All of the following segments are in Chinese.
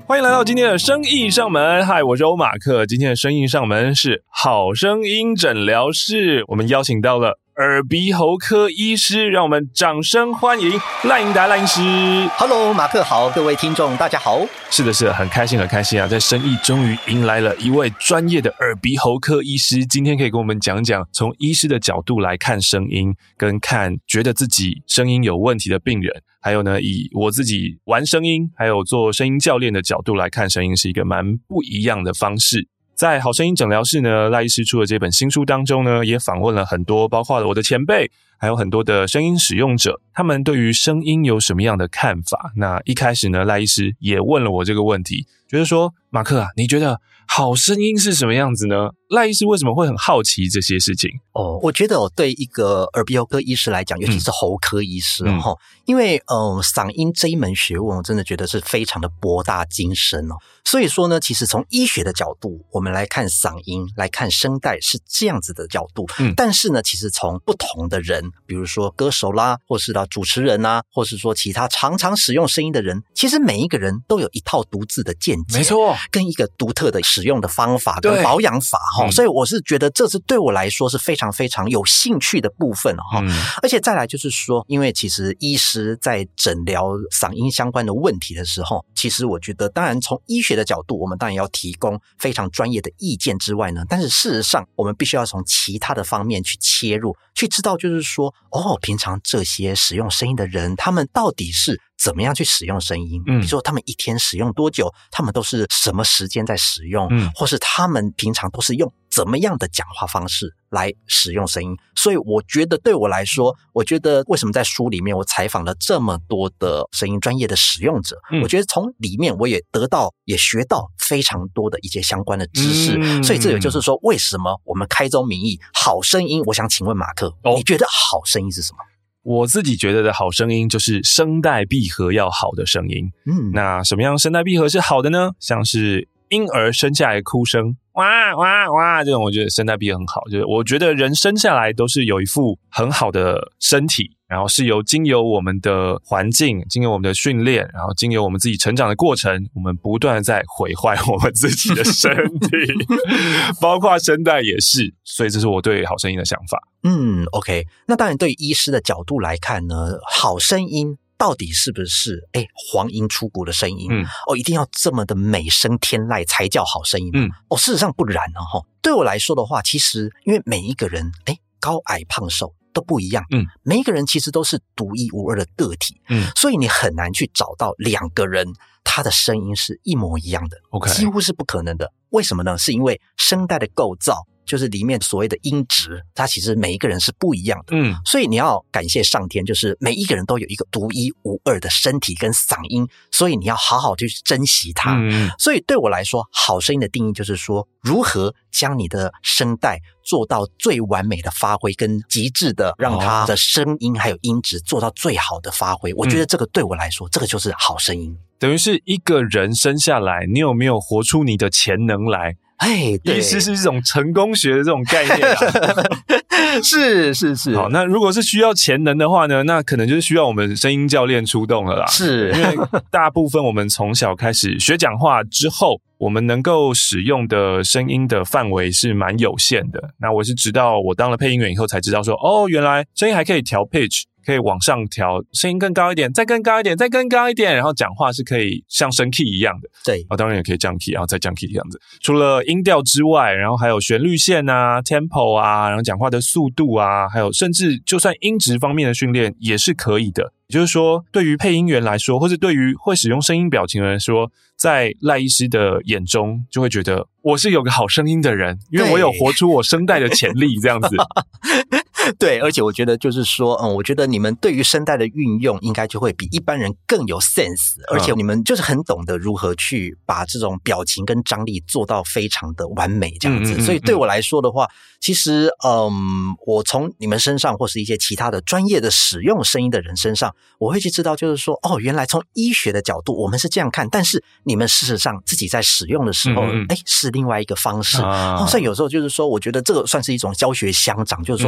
欢迎来到今天的生意上门。嗨，我是欧马克。今天的生意上门是好声音诊疗室，我们邀请到了耳鼻喉科医师，让我们掌声欢迎赖英达赖医师。 Hello， 马克好，各位听众大家好。 是的，很开心啊！在生意终于迎来了一位专业的耳鼻喉科医师，今天可以跟我们讲讲从医师的角度来看声音，跟看觉得自己声音有问题的病人，还有呢，以我自己玩声音还有做声音教练的角度来看声音，是一个蛮不一样的方式。在好声音诊疗室呢，赖医师出的这本新书当中呢，也访问了很多，包括了我的前辈，还有很多的声音使用者，他们对于声音有什么样的看法。那一开始呢，赖医师也问了我这个问题，觉得说，马克啊，你觉得好声音是什么样子呢？赖医师为什么会很好奇这些事情？ 我觉得对一个耳鼻喉科医师来讲，尤其是喉科医师因为嗓音这一门学问，我真的觉得是非常的博大精深哦。所以说呢，其实从医学的角度，我们来看嗓音，来看声带是这样子的角度。但是呢，其实从不同的人，比如说歌手啦，或是主持人啊，或是说其他常常使用声音的人，其实每一个人都有一套独自的见解， 没错， 跟一个独特的使用的方法跟保养法所以我是觉得这是对我来说是非常非常有兴趣的部分而且再来就是说，因为其实医师在诊疗嗓音相关的问题的时候，其实我觉得当然从医学的角度，我们当然要提供非常专业的意见之外呢，但是事实上我们必须要从其他的方面去切入，去知道就是说平常这些使用声音的人，他们到底是怎么样去使用声音，比如说他们一天使用多久，他们都是什么时间在使用，或是他们平常都是用怎么样的讲话方式来使用声音。所以我觉得对我来说，我觉得为什么在书里面我采访了这么多的声音专业的使用者，我觉得从里面我也得到也学到非常多的一些相关的知识所以这也就是说为什么我们开宗明义好声音。我想请问马克，你觉得好声音是什么？ 我自己觉得的好声音就是声带闭合要好的声音。那什么样声带闭合是好的呢？像是婴儿生下来哭声哇哇哇这种，我觉得声带闭合很好。就是我觉得人生下来都是有一副很好的身体，然后是经由我们的环境，经由我们的训练，然后经由我们自己成长的过程，我们不断的在毁坏我们自己的身体包括声带也是。所以这是我对好声音的想法。 OK， 那当然对于医师的角度来看呢，好声音到底是不是黄莺出谷的声音一定要这么的美声天籁才叫好声音事实上不然对我来说的话，其实因为每一个人高矮胖瘦都不一样每一个人其实都是独一无二的个体所以你很难去找到两个人他的声音是一模一样的几乎是不可能的。为什么呢？是因为声带的构造，就是里面所谓的音质，它其实每一个人是不一样的所以你要感谢上天，就是每一个人都有一个独一无二的身体跟嗓音，所以你要好好去珍惜它所以对我来说，好声音的定义就是说，如何将你的声带做到最完美的发挥，跟极致的让它的声音还有音质做到最好的发挥我觉得这个对我来说，这个就是好声音。 等于是一个人生下来，你有没有活出你的潜能来？ 对， 医师是这种成功学的这种概念是好，那如果是需要潜能的话呢，那可能就是需要我们声音教练出动了啦。 是因为大部分我们从小开始学讲话之后，我们能够使用的声音的范围是蛮有限的。那我是直到我当了配音员以后才知道说，原来声音还可以调 pitch，可以往上调，声音更高一点，再更高一点，再更高一点，然后讲话是可以像升 key 一样的。 对， 当然也可以降 key， 然后再降 key 这样子。除了音调之外，然后还有旋律线啊、tempo 啊，然后讲话的速度啊，还有甚至就算音质方面的训练也是可以的。也就是说，对于配音员来说，或是对于会使用声音表情的人来说，在赖医师的眼中就会觉得我是有个好声音的人，因为我有活出我声带的潜力这样子对，而且我觉得就是说我觉得你们对于声带的运用应该就会比一般人更有 sense， 而且你们就是很懂得如何去把这种表情跟张力做到非常的完美这样子所以对我来说的话，其实我从你们身上或是一些其他的专业的使用声音的人身上，我会去知道就是说原来从医学的角度我们是这样看，但是你们事实上自己在使用的时候是另外一个方式所以有时候就是说我觉得这个算是一种教学相长，就是说我常常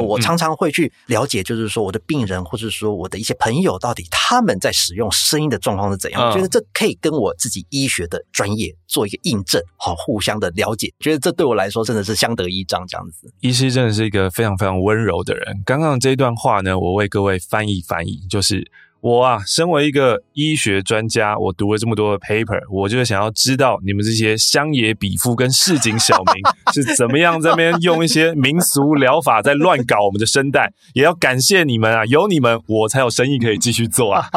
常会去了解，就是说我的病人或者说我的一些朋友到底他们在使用声音的状况是怎样，觉得这可以跟我自己医学的专业做一个印证，互相的了解，觉得这对我来说真的是相得益彰这样子。 医师真的是一个非常非常温柔的人。刚刚这一段话呢，我为各位翻译，就是我啊，身为一个医学专家，我读了这么多的 paper， 我就是想要知道你们这些乡野比夫跟市井小民是怎么样在那边用一些民俗疗法在乱搞我们的声带，也要感谢你们啊，有你们我才有生意可以继续做啊。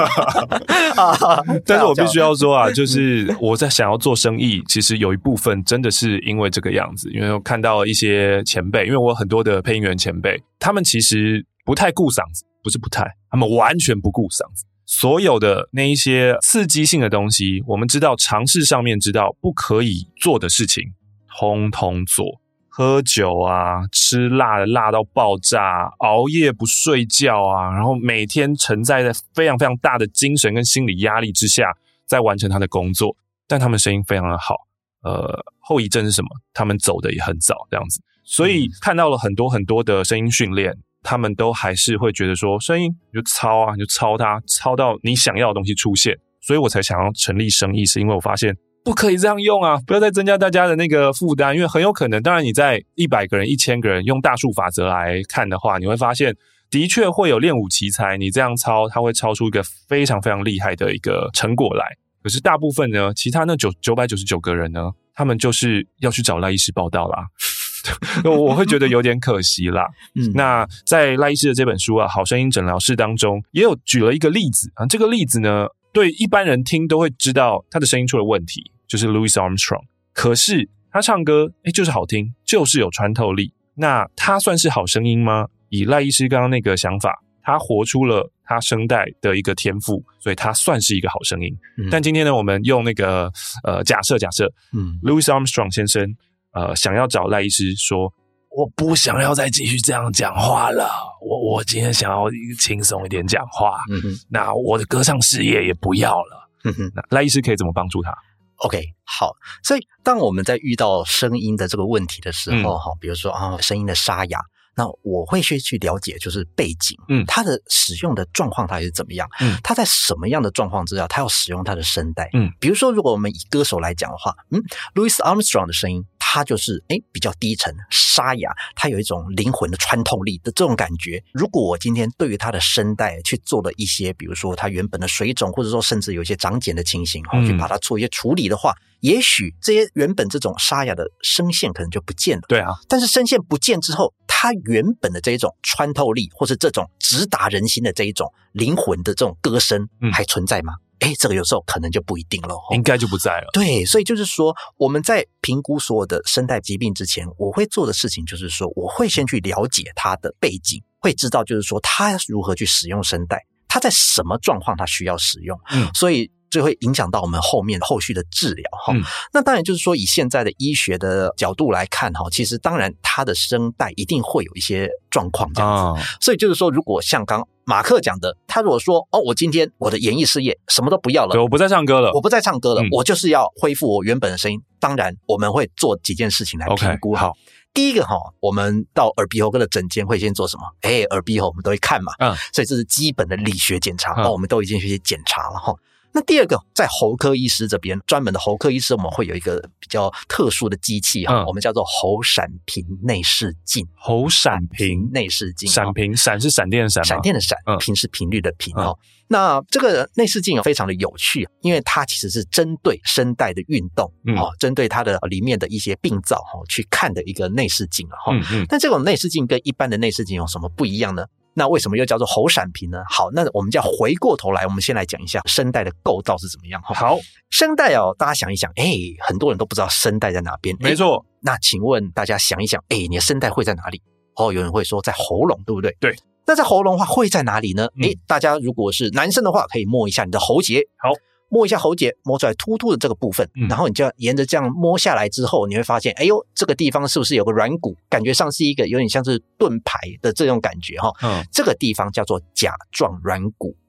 但是我必须要说啊，就是我在想要做生意，其实有一部分真的是因为这个样子，因为我看到一些前辈，因为我有很多的配音员前辈，他们其实不太顾嗓子，不是不太，他们完全不顾嗓子。所有的那一些刺激性的东西，我们知道常识上面知道不可以做的事情，通通做。喝酒啊，吃辣的辣到爆炸，熬夜不睡觉啊，然后每天承载在非常非常大的精神跟心理压力之下，在完成他的工作。但他们声音非常的好，后遗症是什么？他们走的也很早，这样子。所以看到了很多很多的声音训练，他们都还是会觉得说，声音你就操啊，你就操它，操到你想要的东西出现。所以我才想要成立声艺，是因为我发现不可以这样用啊，不要再增加大家的那个负担，因为很有可能，当然你在100个人、1000个人用大数法则来看的话，你会发现的确会有练武奇才，你这样操，它会操出一个非常非常厉害的一个成果来。可是大部分呢，其他那999个人呢，他们就是要去找赖医师报道啦。我会觉得有点可惜啦。那在赖医师的这本书啊，《好声音诊疗室》当中，也有举了一个例子啊。这个例子呢，对一般人听都会知道他的声音出了问题，就是 Louis Armstrong。可是他唱歌，就是好听，就是有穿透力。那他算是好声音吗？以赖医师刚刚那个想法，他活出了他声带的一个天赋，所以他算是一个好声音。但今天呢，我们用那个假设，Louis Armstrong 先生想要找赖医师说，我不想要再继续这样讲话了，我今天想要轻松一点讲话，那我的歌唱事业也不要了。那赖医师可以怎么帮助他 ？OK， 好，所以当我们在遇到声音的这个问题的时候，比如说声音的沙哑，那我会去了解就是背景，它的使用的状况它是怎么样，它在什么样的状况之下，它要使用它的声带，比如说如果我们以歌手来讲的话，Louis Armstrong 的声音，它就是比较低沉沙哑，它有一种灵魂的穿透力的这种感觉。如果我今天对于它的声带去做了一些，比如说它原本的水肿，或者说甚至有一些长茧的情形，去把它做一些处理的话，也许这些原本这种沙哑的声线可能就不见了。 对啊， 但是声线不见之后，它原本的这一种穿透力，或是这种直达人心的这一种灵魂的这种歌声，还存在吗？这个有时候可能就不一定了， 应该就不在了。 对，所以就是说我们在评估所有的声带疾病之前，我会做的事情就是说，我会先去了解它的背景，会知道就是说它如何去使用声带，它在什么状况它需要使用，所以就会影响到我们后续的治疗。那当然就是说以现在的医学的角度来看，其实当然它的声带一定会有一些状况这样子，所以就是说如果像刚马克讲的，他如果说我今天我的演艺事业什么都不要了， 对，我不再唱歌了， 我就是要恢复我原本的声音。当然我们会做几件事情来评估。好，第一个我们到耳鼻喉科的诊间会先做什么？耳鼻喉我们都会看嘛，所以这是基本的理学检查，我们都已经去检查了。那第二个，在喉科医师这边，专门的喉科医师我们会有一个比较特殊的机器，我们叫做喉闪频内视镜。 喉闪频内视镜， 闪是闪电的闪吗？ 闪电的闪，频是频率的频。那这个内视镜非常的有趣，因为它其实是针对声带的运动，针对它的里面的一些病灶去看的一个内视镜。但这种内视镜跟一般的内视镜有什么不一样呢？那为什么又叫做喉闪频呢？好，那我们就要回过头来，我们先来讲一下声带的构造是怎么样。 好， 声带大家想一想，很多人都不知道声带在哪边。 没错。 那请问大家想一想，你的声带会在哪里？有人会说在喉咙，对不对？ 对。 那在喉咙的话会在哪里呢？大家如果是男生的话，可以摸一下你的喉结。 好。 摸一下喉结，摸出来凸凸的这个部分，然后你就要沿着这样摸下来之后，你会发现，这个地方是不是有个软骨？感觉上是一个有点像是盾牌的这种感觉这个地方叫做甲状软骨。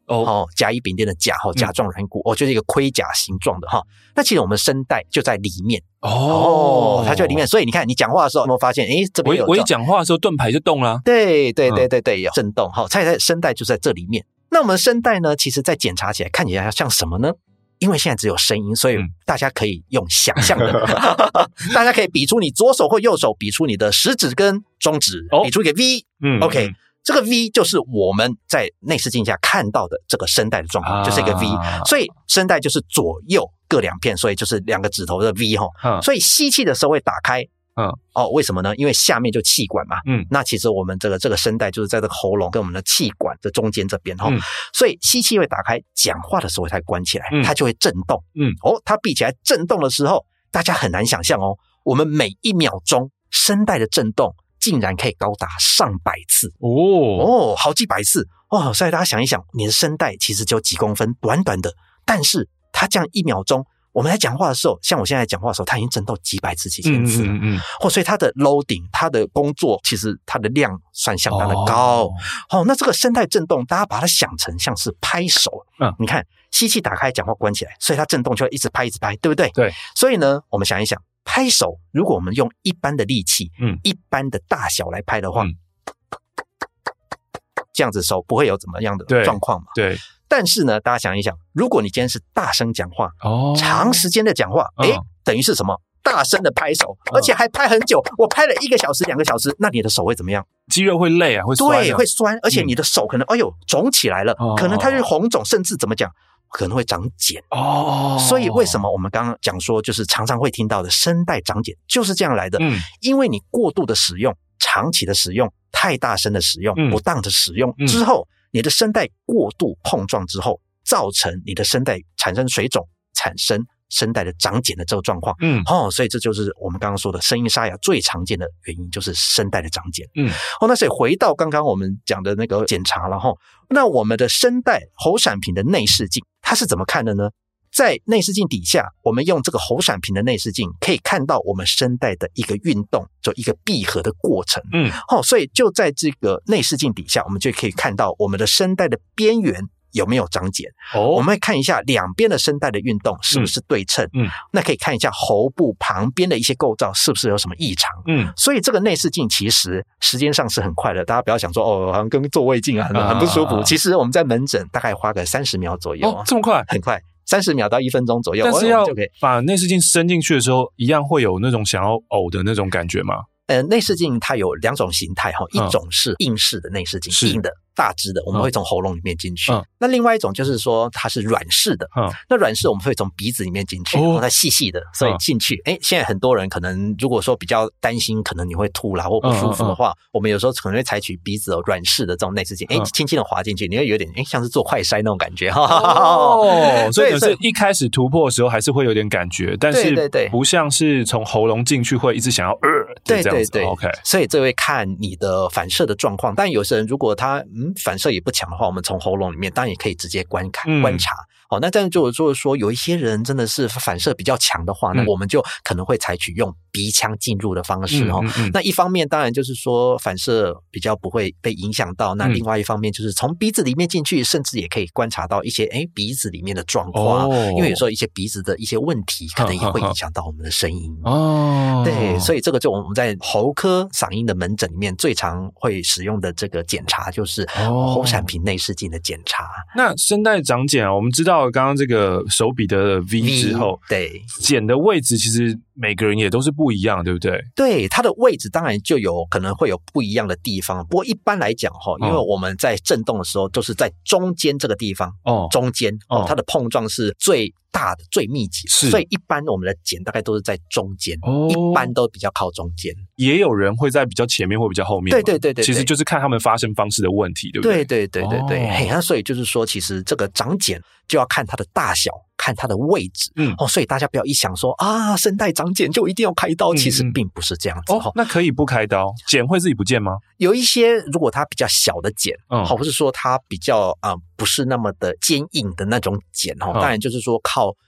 甲乙丙丁的甲甲状软骨就是一个盔甲形状的那其实我们声带就在里面它就在里面，所以你看你讲话的时候有没有发现这边有我一讲话的时候盾牌就动了， 对，有震动在声带就在这里面。那我们声带呢，其实在检查起来看起来像什么呢？因为现在只有声音，所以大家可以用想象的大家可以比出你左手或右手，比出你的食指跟中指比出一个 V OK，这个 V 就是我们在内视镜下看到的这个声带的状况，就是一个 V，所以声带就是左右各两片，所以就是两个指头的 V 所以吸气的时候会打开为什么呢？因为下面就气管嘛那其实我们这个声带就是在这个喉咙跟我们的气管的中间这边所以吸气会打开，讲话的时候才关起来它就会震动它闭起来震动的时候，大家很难想象我们每1秒钟声带的震动竟然可以高达上百次好几百次所以大家想一想，你的声带其实只有几公分，短短的，但是它这样1秒钟我们在讲话的时候，像我现在讲话的时候，它已经震动几百次几千次了所以它的 loading 它的工作其实它的量算相当的高那这个声带震动大家把它想成像是拍手你看吸气打开，讲话关起来，所以它震动就会一直拍一直拍，对不对？ 对。 所以呢我们想一想，拍手如果我们用一般的力气一般的大小来拍的话这样子手不会有怎么样的状况嘛？ 对。 但是呢大家想一想，如果你今天是大声讲话长时间的讲话等于是什么？大声的拍手而且还拍很久，我拍了1个小时2个小时，那你的手会怎么样？ 肌肉会累会酸对，会酸，而且你的手可能肿起来了可能它就红肿，甚至怎么讲可能会长茧所以为什么我们刚刚讲说就是常常会听到的声带长茧就是这样来的因为你过度的使用，长期的使用，太大声的使用不当的使用之后你的声带过度碰撞之后，造成你的声带产生水肿，产生声带的长茧的这个状况所以这就是我们刚刚说的声音沙哑最常见的原因，就是声带的长茧那所以回到刚刚我们讲的那个检查了那我们的声带喉闪屏的内视镜它是怎么看的呢？在内视镜底下，我们用这个喉闪屏的内视镜可以看到我们声带的一个运动，就一个闭合的过程所以就在这个内视镜底下，我们就可以看到我们的声带的边缘有没有长茧我们会看一下两边的声带的运动是不是对称那可以看一下喉部旁边的一些构造是不是有什么异常所以这个内视镜其实时间上是很快的，大家不要想说好像跟做胃镜很不舒服其实我们在门诊大概花个30秒左右这么快？ 很快，30秒到1分钟左右， 但是要把内视镜伸进去的时候，一样会有那种想要呕的那种感觉吗？ 内视镜它有2种形态一种是硬式的内视镜，硬的大支的，我们会从喉咙里面进去那另外一种就是说它是软式的那软式我们会从鼻子里面进去它细细的，所以进去现在很多人可能如果说比较担心可能你会吐啦或不舒服的话我们有时候可能会采取鼻子软式的这种内视镜轻轻的滑进去，你会有点像是做快筛那种感觉所以可是一开始突破的时候还是会有点感觉，但是不像是从喉咙进去会一直想要对 OK， 所以这会看你的反射的状况，但有些人如果他反射也不强的话，我们从喉咙里面当然也可以直接观察那但是就是说有一些人真的是反射比较强的话那我们就可能会采取用鼻腔进入的方式那一方面当然就是说反射比较不会被影响到，那另外一方面就是从鼻子里面进去，甚至也可以观察到一些鼻子里面的状况因为有时候一些鼻子的一些问题可能也会影响到我们的声音对，所以这个就我们在喉科嗓音的门诊里面最常会使用的这个检查就是喉闪屏内视镜的检查那声带长茧我们知道刚刚这个手比的 V 之后对茧的位置其实每个人也都是不一样，对不对？ 对，它的位置当然就有可能会有不一样的地方，不过一般来讲因为我们在震动的时候都是在中间这个地方中间它的碰撞是最大的最密集的所以一般我们的茧大概都是在中间一般都比较靠中间， 也有人会在比较前面或比较后面对其实就是看他们发声方式的问题，对不对？ 对那所以就是说其实这个长茧就要看它的大小，看它的位置所以大家不要一想说声带长茧就一定要开刀其实并不是这样子那可以不开刀，茧会自己不见吗？ 有一些如果它比较小的茧或是说它比较不是那么的坚硬的那种茧当然就是说靠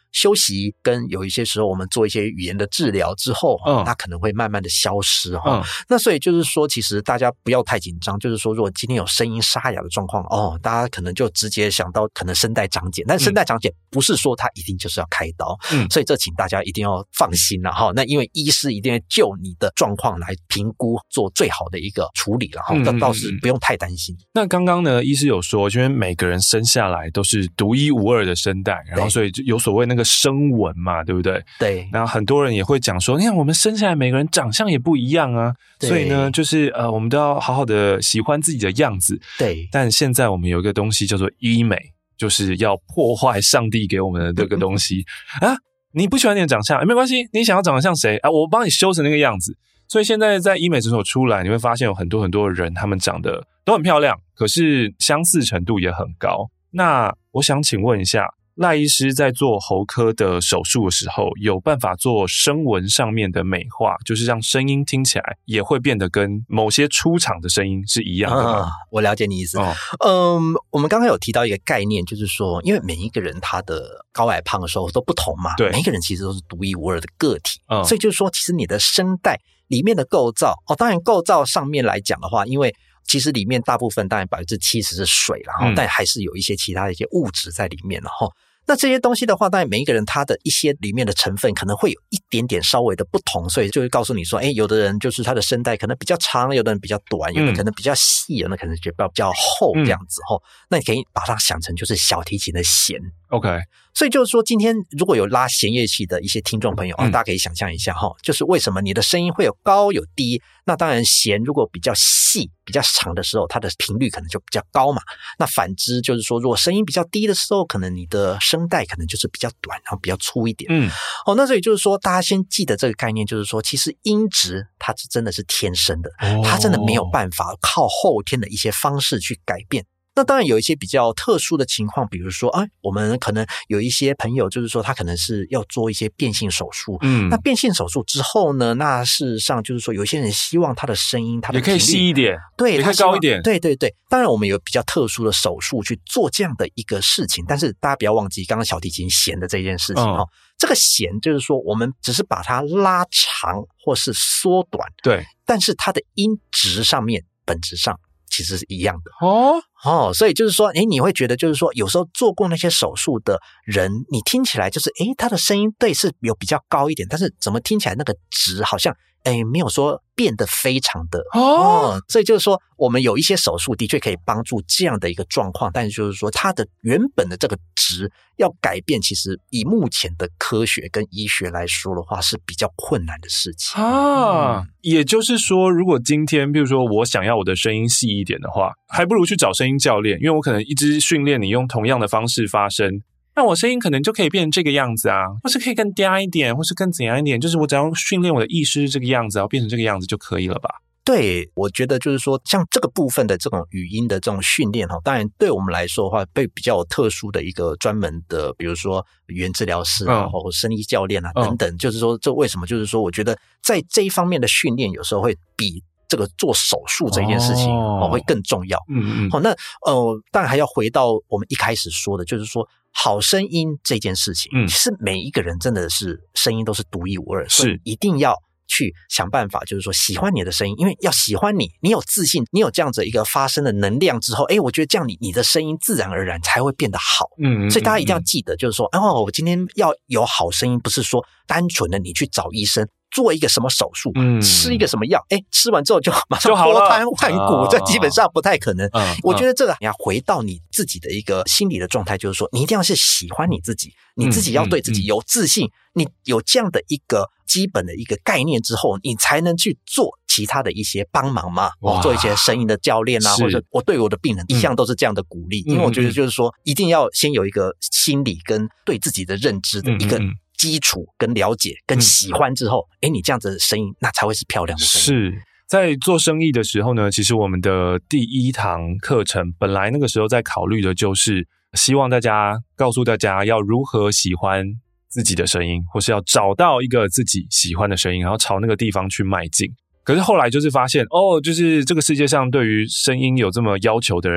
休息跟有一些时候我们做一些语言的治疗之后，那可能会慢慢的消失那所以就是说其实大家不要太紧张，就是说如果今天有声音沙哑的状况大家可能就直接想到可能声带长茧，但声带长茧不是说它一定就是要开刀所以这请大家一定要放心啦那因为医师一定会就你的状况来评估做最好的一个处理啦这倒是不用太担心。 那刚刚呢医师有说因为每个人生下来都是独一无二的声带，然后所以有所谓那个声纹嘛，对不对？ 对。 然后很多人也会讲说你看我们生下来每个人长相也不一样啊，所以呢就是我们都要好好的喜欢自己的样子。 对。 但现在我们有一个东西叫做医美，就是要破坏上帝给我们的这个东西你不喜欢你的长相没关系，你想要长得像谁我帮你修成那个样子。所以现在在医美诊所出来，你会发现有很多很多的人他们长得都很漂亮，可是相似程度也很高。那我想请问一下，赖医师在做喉科的手术的时候有办法做声纹上面的美化，就是让声音听起来也会变得跟某些出场的声音是一样的吗？ 我了解你意思我们刚刚有提到一个概念，就是说因为每一个人他的高矮胖瘦都不同嘛， 对， 每一个人其实都是独一无二的个体所以就是说其实你的声带里面的构造当然构造上面来讲的话，因为其实里面大部分当然 70% 是水但还是有一些其他的一些物质在里面那这些东西的话，当然每一个人他的一些里面的成分可能会有一点点稍微的不同，所以就会告诉你说有的人就是他的声带可能比较长，有的人比较短，有的可能比较细，有的可能比较厚这样子那你可以把它想成就是小提琴的弦 OK。 所以就是说今天如果有拉弦乐器的一些听众朋友大家可以想象一下就是为什么你的声音会有高有低，那当然弦如果比较细比较长的时候它的频率可能就比较高嘛，那反之就是说如果声音比较低的时候，可能你的声带可能就是比较短然后比较粗一点那所以就是说大家先记得这个概念，就是说其实音质它真的是天生的它真的没有办法靠后天的一些方式去改变。那当然有一些比较特殊的情况，比如说我们可能有一些朋友就是说他可能是要做一些变性手术那变性手术之后呢，那事实上就是说有些人希望他的声音他的也可以细一点， 对， 也可以高一点， 对对对。当然我们有比较特殊的手术去做这样的一个事情，但是大家不要忘记刚刚小提琴弦的这件事情这个弦就是说我们只是把它拉长或是缩短，对，但是它的音质上面本质上其实是一样的所以就是说你会觉得就是说有时候做过那些手术的人，你听起来就是他的声音对是有比较高一点，但是怎么听起来那个值好像没有说变得非常的所以就是说我们有一些手术的确可以帮助这样的一个状况，但是就是说它的原本的这个值要改变，其实以目前的科学跟医学来说的话是比较困难的事情也就是说如果今天比如说我想要我的声音细一点的话，还不如去找声音教练，因为我可能一直训练你用同样的方式发声，那我声音可能就可以变成这个样子或是可以更嗲一点，或是更怎样一点，就是我只要训练我的意识这个样子，然后变成这个样子就可以了吧。 对，我觉得就是说像这个部分的这种语音的这种训练当然对我们来说的话会比较有特殊的一个专门的比如说语言治疗师或声音教练等等就是说这为什么就是说我觉得在这一方面的训练有时候会比这个做手术这件事情会更重要那当然还要回到我们一开始说的，就是说好声音这件事情其实每一个人真的是声音都是独一无二，所以一定要去想办法，就是说喜欢你的声音，因为要喜欢你有自信，你有这样子一个发声的能量之后我觉得这样你的声音自然而然才会变得好所以大家一定要记得就是说我今天要有好声音，不是说单纯的你去找医生做一个什么手术吃一个什么药吃完之后就马上脱胎换骨这基本上不太可能我觉得这个你要回到你自己的一个心理的状态，就是说你一定要是喜欢你自己你自己要对自己有自信你有这样的一个基本的一个概念之后，你才能去做其他的一些帮忙嘛做一些声音的教练或者我对我的病人一向都是这样的鼓励因为我觉得就是说一定要先有一个心理跟对自己的认知的一个基础跟了解跟喜欢之后你这样子的声音那才会是漂亮的声音。 是在做生意的时候呢，其实我们的第一堂课程本来那个时候在考虑的就是希望大家告诉大家要如何喜欢自己的声音，或是要找到一个自己喜欢的声音，然后朝那个地方去迈进。可是后来就是发现就是这个世界上对于声音有这么要求的人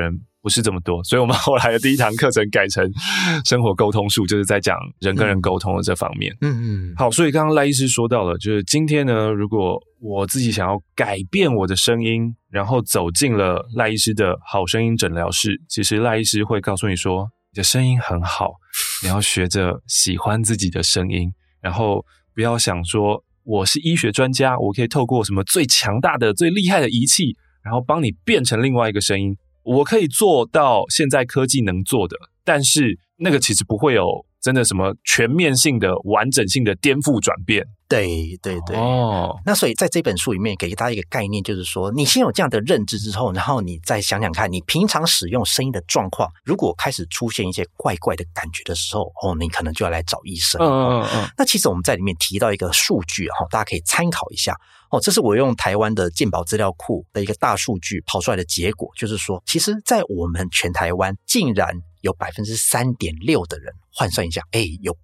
不是这么多，所以我们后来的第一堂课程改成生活沟通术，就是在讲人跟人沟通的这方面。好，所以刚刚赖医师说到了，就是今天呢，如果我自己想要改变我的声音，然后走进了赖医师的好声音诊疗室，其实赖医师会告诉你说，你的声音很好，你要学着喜欢自己的声音，然后不要想说我是医学专家，我可以透过什么最强大的最厉害的仪器，然后帮你变成另外一个声音，我可以做到现在科技能做的，但是那个其实不会有真的什么全面性的完整性的颠覆转变。 对对对，那所以在这本书里面给大家一个概念，就是说你先有这样的认知之后，然后你再想想看，你平常使用声音的状况，如果开始出现一些怪怪的感觉的时候，你可能就要来找医生。那其实我们在里面提到一个数据，大家可以参考一下。这是我用台湾的健保资料库的一个大数据跑出来的结果，就是说其实在我们全台湾竟然有 3.6% 的人，换算一下，有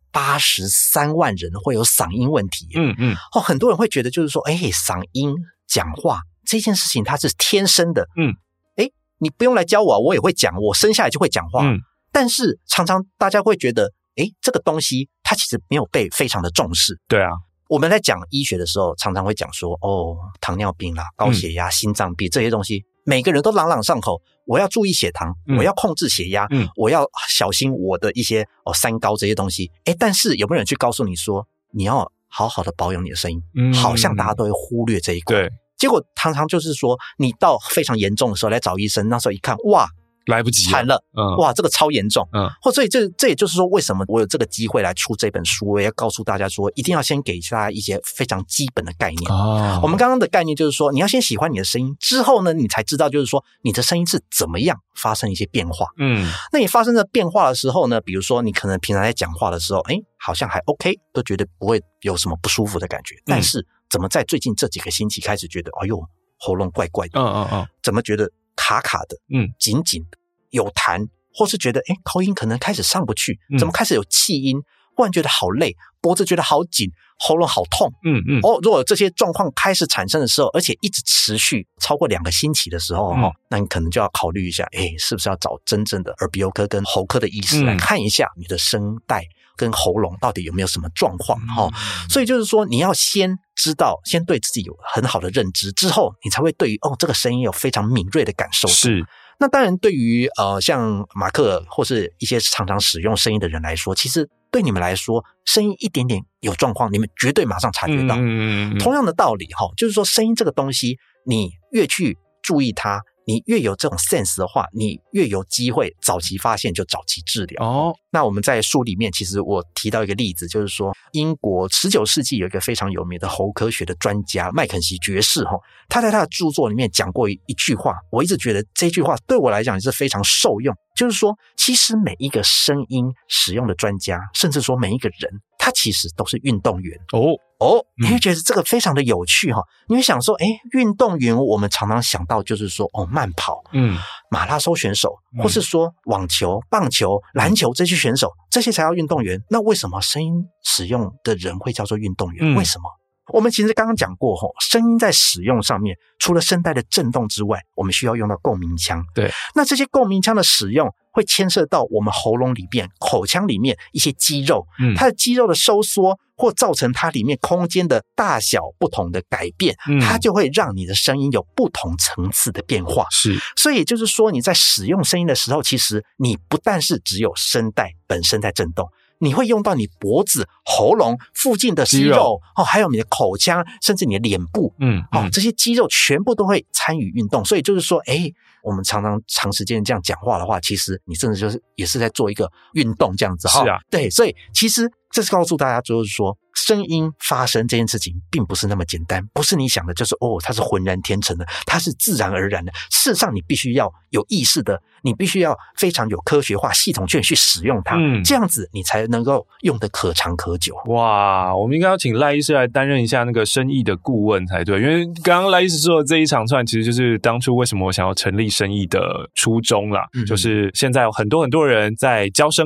83万人会有嗓音问题。很多人会觉得就是说，嗓音讲话这件事情它是天生的。你不用来教我，我也会讲，我生下来就会讲话。但是常常大家会觉得，这个东西它其实没有被非常的重视。 对啊。 我们在讲医学的时候，常常会讲说，糖尿病啦、高血压、心脏病这些东西，每个人都朗朗上口。我要注意血糖，我要控制血压，我要小心我的一些三高这些东西。但是有没有人去告诉你说，你要好好的保养你的声音？好像大家都会忽略这一块。对，结果常常就是说，你到非常严重的时候来找医生，那时候一看，哇！ 来不及了， 惨了，哇，这个超严重。所以这也就是说，为什么我有这个机会来出这本书，我也要告诉大家说，一定要先给大家一些非常基本的概念。我们刚刚的概念就是说，你要先喜欢你的声音，之后呢，你才知道就是说你的声音是怎么样发生一些变化。那你发生的变化的时候呢，比如说你可能平常在讲话的时候，好像还 OK， 都觉得不会有什么不舒服的感觉。但是怎么在最近这几个星期开始觉得，哎呦，喉咙怪怪的，怎么觉得卡卡的，紧紧的，有痰，或是觉得口音可能开始上不去，怎么开始有气音，忽然觉得好累，脖子觉得好紧，喉咙好痛。如果这些状况开始产生的时候，而且一直持续超过2个星期的时候，那你可能就要考虑一下，是不是要找真正的耳鼻喉科跟喉科的医师来看一下你的声带跟喉咙到底有没有什么状况。所以就是说你要先知道，先对自己有很好的认知之后，你才会对于这个声音有非常敏锐的感受。 是。 那当然对于像马克或是一些常常使用声音的人来说，其实对你们来说声音一点点有状况，你们绝对马上察觉到。同样的道理就是说声音这个东西，你越去注意它，你越有这种 sense 的话，你越有机会早期发现就早期治疗。那我们在书里面其实我提到一个例子，就是说英国19世纪有一个非常有名的喉科学的专家麦肯锡爵士，他在他的著作里面讲过一句话，我一直觉得这句话对我来讲也是非常受用，就是说其实每一个声音使用的专家，甚至说每一个人，他其实都是运动员。你会觉得这个非常的有趣你会想说，运动员我们常常想到就是说慢跑，马拉松选手，或是说网球、棒球、篮球这些选手，这些才叫运动员。那为什么声音使用的人会叫做运动员？为什么？我们其实刚刚讲过声音在使用上面，除了声带的震动之外，我们需要用到共鸣腔。对，那这些共鸣腔的使用会牵涉到我们喉咙里面、口腔里面一些肌肉，它的肌肉的收缩或造成它里面空间的大小不同的改变，它就会让你的声音有不同层次的变化。是，所以也就是说你在使用声音的时候，其实你不但是只有声带本身在震动，你会用到你脖子、喉咙附近的肌肉还有你的口腔，甚至你的脸部，这些肌肉全部都会参与运动。所以就是说，我们常常长时间这样讲话的话，其实你真的就是也是在做一个运动这样子。是啊，对，所以其实这是告诉大家，就是说声音发生这件事情并不是那么简单，不是你想的就是它是浑然天成的，它是自然而然的。事实上你必须要有意识的，你必须要非常有科学化系统去使用它，这样子你才能够用得可长可久。哇， 我们应该要请赖医师来担任一下那个声艺的顾问才对，因为刚刚赖医师说的这一长串其实就是当初为什么我想要成立声艺的初衷啦，就是现在有很多人在教声音，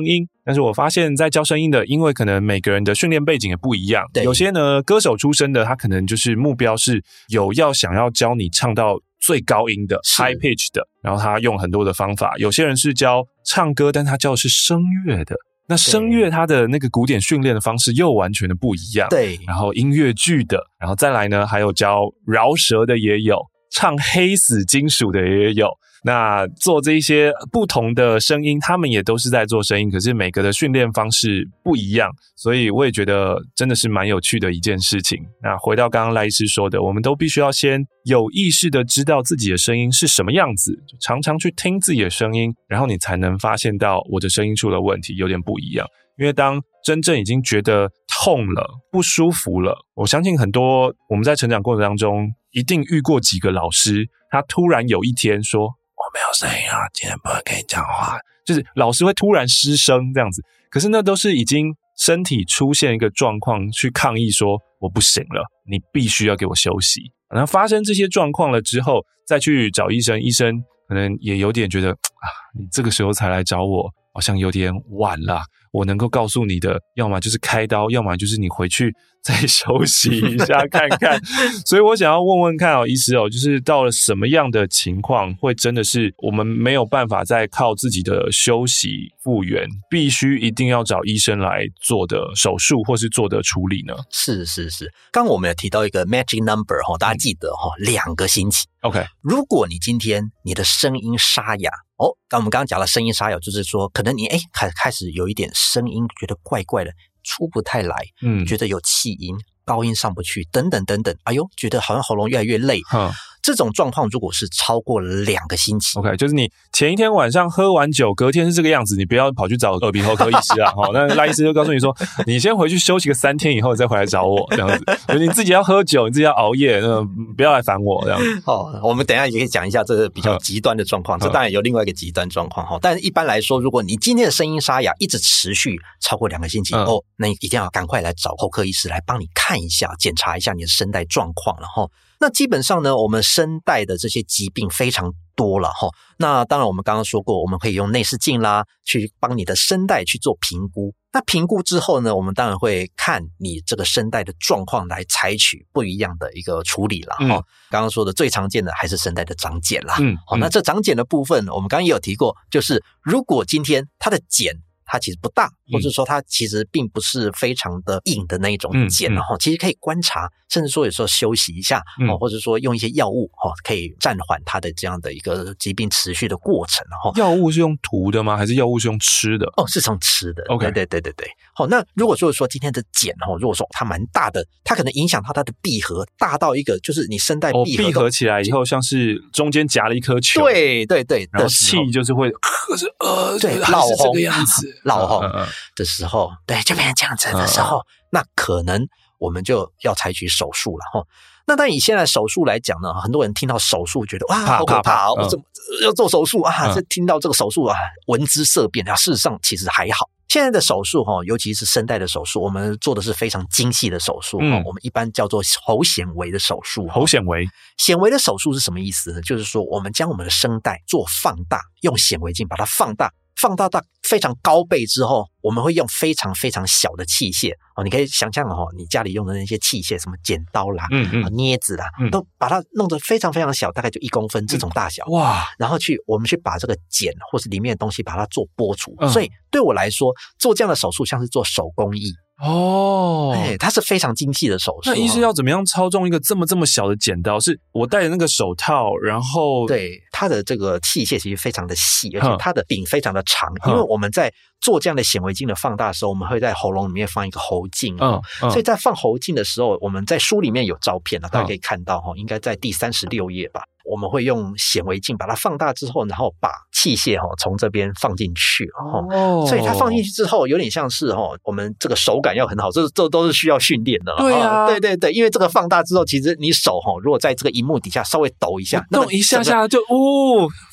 但是我发现在教声音的，因为可能每个人的训练背景也不一样，有些呢歌手出身的，他可能就是目标是想要教你唱到最高音的 high pitch 的，然后他用很多的方法。有些人是教唱歌，但他教的是声乐的，那声乐它的那个古典训练的方式又完全的不一样。 对， 然后音乐剧的，然后再来呢还有教饶舌的也有，唱黑死金属的也有。那做这一些不同的声音，他们也都是在做声音，可是每个的训练方式不一样，所以我也觉得真的是蛮有趣的一件事情。那回到刚刚赖医师说的，我们都必须要先有意识的知道自己的声音是什么样子，就常常去听自己的声音，然后你才能发现到我的声音出了问题，有点不一样。因为当真正已经觉得痛了、不舒服了，我相信很多我们在成长过程当中一定遇过几个老师，他突然有一天说我没有声音啊，今天不能跟你讲话，就是老师会突然失声这样子。可是那都是已经身体出现一个状况去抗议说我不行了，你必须要给我休息。然后发生这些状况了之后再去找医生，医生可能也有点觉得你这个时候才来找我好像有点晚了，我能够告诉你的要么就是开刀，要么就是你回去再休息一下看看。所以我想要问问看医师就是到了什么样的情况会真的是我们没有办法再靠自己的休息复原，必须一定要找医生来做的手术或是做的处理呢？ 是，刚刚我们有提到一个 magic number 大家记得2个星期。 OK， 如果你今天你的声音沙哑我们刚刚讲了声音沙哑，就是说可能你开始有一点声音觉得怪怪的，出不太来，觉得有气音，高音上不去，等等等等，哎呦，觉得好像喉咙越来越累。这种状况如果是超过了2个星期 ，OK， 就是你前一天晚上喝完酒，隔天是这个样子，你不要跑去找耳鼻喉科医师啊。那赖医师就告诉你说，你先回去休息个3天以后再回来找我这样子。你自己要喝酒，你自己要熬夜，不要来烦我这样子。 我们等一下也可以讲一下这个比较极端的状况，这当然有另外一个极端状况但是一般来说，如果你今天的声音沙哑一直持续超过2个星期那你一定要赶快来找喉科医师来帮你看一下，检查一下你的声带状况了那基本上呢，我们声带的这些疾病非常多了那当然我们刚刚说过，我们可以用内视镜啦，去帮你的声带去做评估。那评估之后呢，我们当然会看你这个声带的状况来采取不一样的一个处理啦刚刚说的最常见的还是声带的长茧啦那这长茧的部分我们刚刚也有提过，就是如果今天它的茧它其实不大，或者说它其实并不是非常的硬的那一种茧其实可以观察，甚至说有时候休息一下或者说用一些药物可以暂缓它的这样的一个疾病持续的过程药物是用涂的吗？还是药物是用吃的？ 是用吃的。 OK， 对。那如果说今天的茧如果说它蛮大的，它可能影响到它的闭合，大到一个就是你声带闭合起来以后像是中间夹了一颗球， 对， 然后气就是会对老红这个样子， 老红的时候对，就变成这样子的时候那可能我们就要采取手术了那但以现在手术来讲呢，很多人听到手术觉得哇好可怕我怎么要做手术这听到这个手术闻之色变事实上其实还好。现在的手术尤其是声带的手术，我们做的是非常精细的手术我们一般叫做喉显微的手术。 喉显微的手术是什么意思呢？就是说我们将我们的声带做放大，用显微镜把它放大到非常高倍之后，我们会用非常非常小的器械你可以想象你家里用的那些器械，什么剪刀啦镊子啦都把它弄得非常非常小，大概就1公分这种大小哇， 然后我们去把这个茧或是里面的东西把它做剥除所以对我来说做这样的手术像是做手工艺它是非常精细的手术。 那医师要怎么样操纵一个这么小的剪刀？是我戴着那个手套，然后对它的这个器械其实非常的细，而且它的柄非常的长因为我们在做这样的显微镜的放大的时候，我们会在喉咙里面放一个喉镜所以在放喉镜的时候，我们在书里面有照片大家可以看到应该在第36页吧，我们会用显微镜把它放大之后，然后把器械从这边放进去所以它放进去之后有点像是我们这个手感要很好，这都是需要训练的对啊对，因为这个放大之后，其实你手如果在这个萤幕底下稍微抖一下， 动一下就